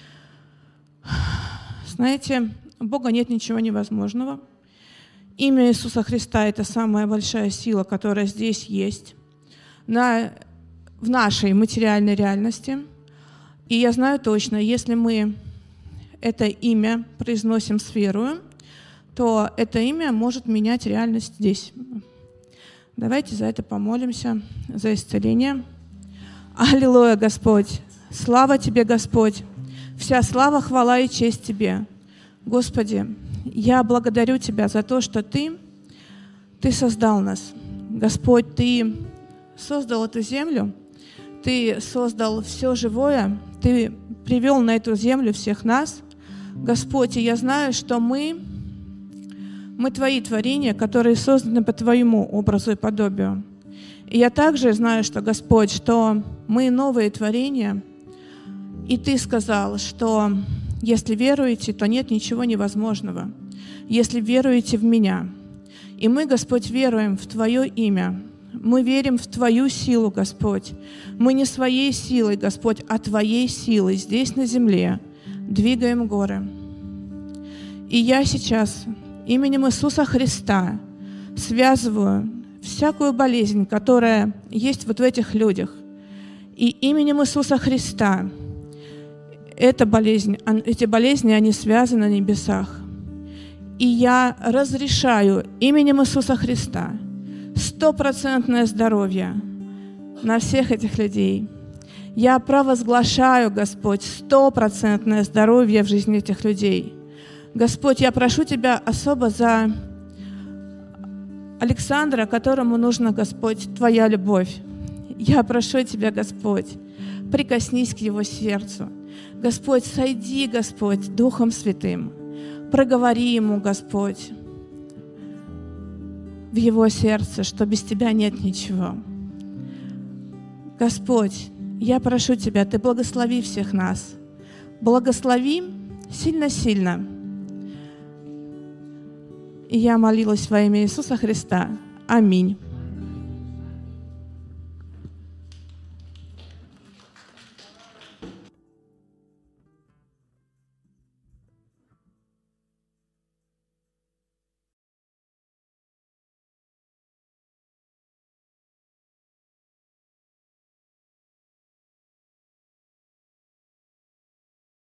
Знаете, у Бога нет ничего невозможного. Имя Иисуса Христа — это самая большая сила, которая здесь есть, в нашей материальной реальности. И я знаю точно, если мы это имя произносим с верою, то это имя может менять реальность здесь. Давайте за это помолимся, за исцеление. Аллилуйя, Господь! Слава Тебе, Господь! Вся слава, хвала и честь Тебе. Господи, я благодарю Тебя за то, что Ты создал нас. Господь, Ты создал эту землю, Ты создал все живое, Ты привел на эту землю всех нас. Господь, и я знаю, что мы Твои творения, которые созданы по Твоему образу и подобию. И я также знаю, что, Господь, что мы новые творения, и Ты сказал, что если веруете, то нет ничего невозможного. Если веруете в Меня. И мы, Господь, веруем в Твое имя. Мы верим в Твою силу, Господь. Мы не своей силой, Господь, а Твоей силой здесь на земле двигаем горы. И я сейчас именем Иисуса Христа связываю всякую болезнь, которая есть вот в этих людях. И именем Иисуса Христа эти болезни, они связаны на небесах. И я разрешаю именем Иисуса Христа 100% здоровье на всех этих людей. Я провозглашаю, Господь, 100% здоровье в жизни этих людей. Господь, я прошу Тебя особо за Александра, которому нужна, Господь, Твоя любовь. Я прошу Тебя, Господь, прикоснись к его сердцу. Господь, сойди, Господь, Духом Святым. Проговори ему, Господь, в его сердце, что без Тебя нет ничего. Господь, я прошу Тебя, Ты благослови всех нас. Благослови сильно-сильно. И я молилась во имя Иисуса Христа. Аминь.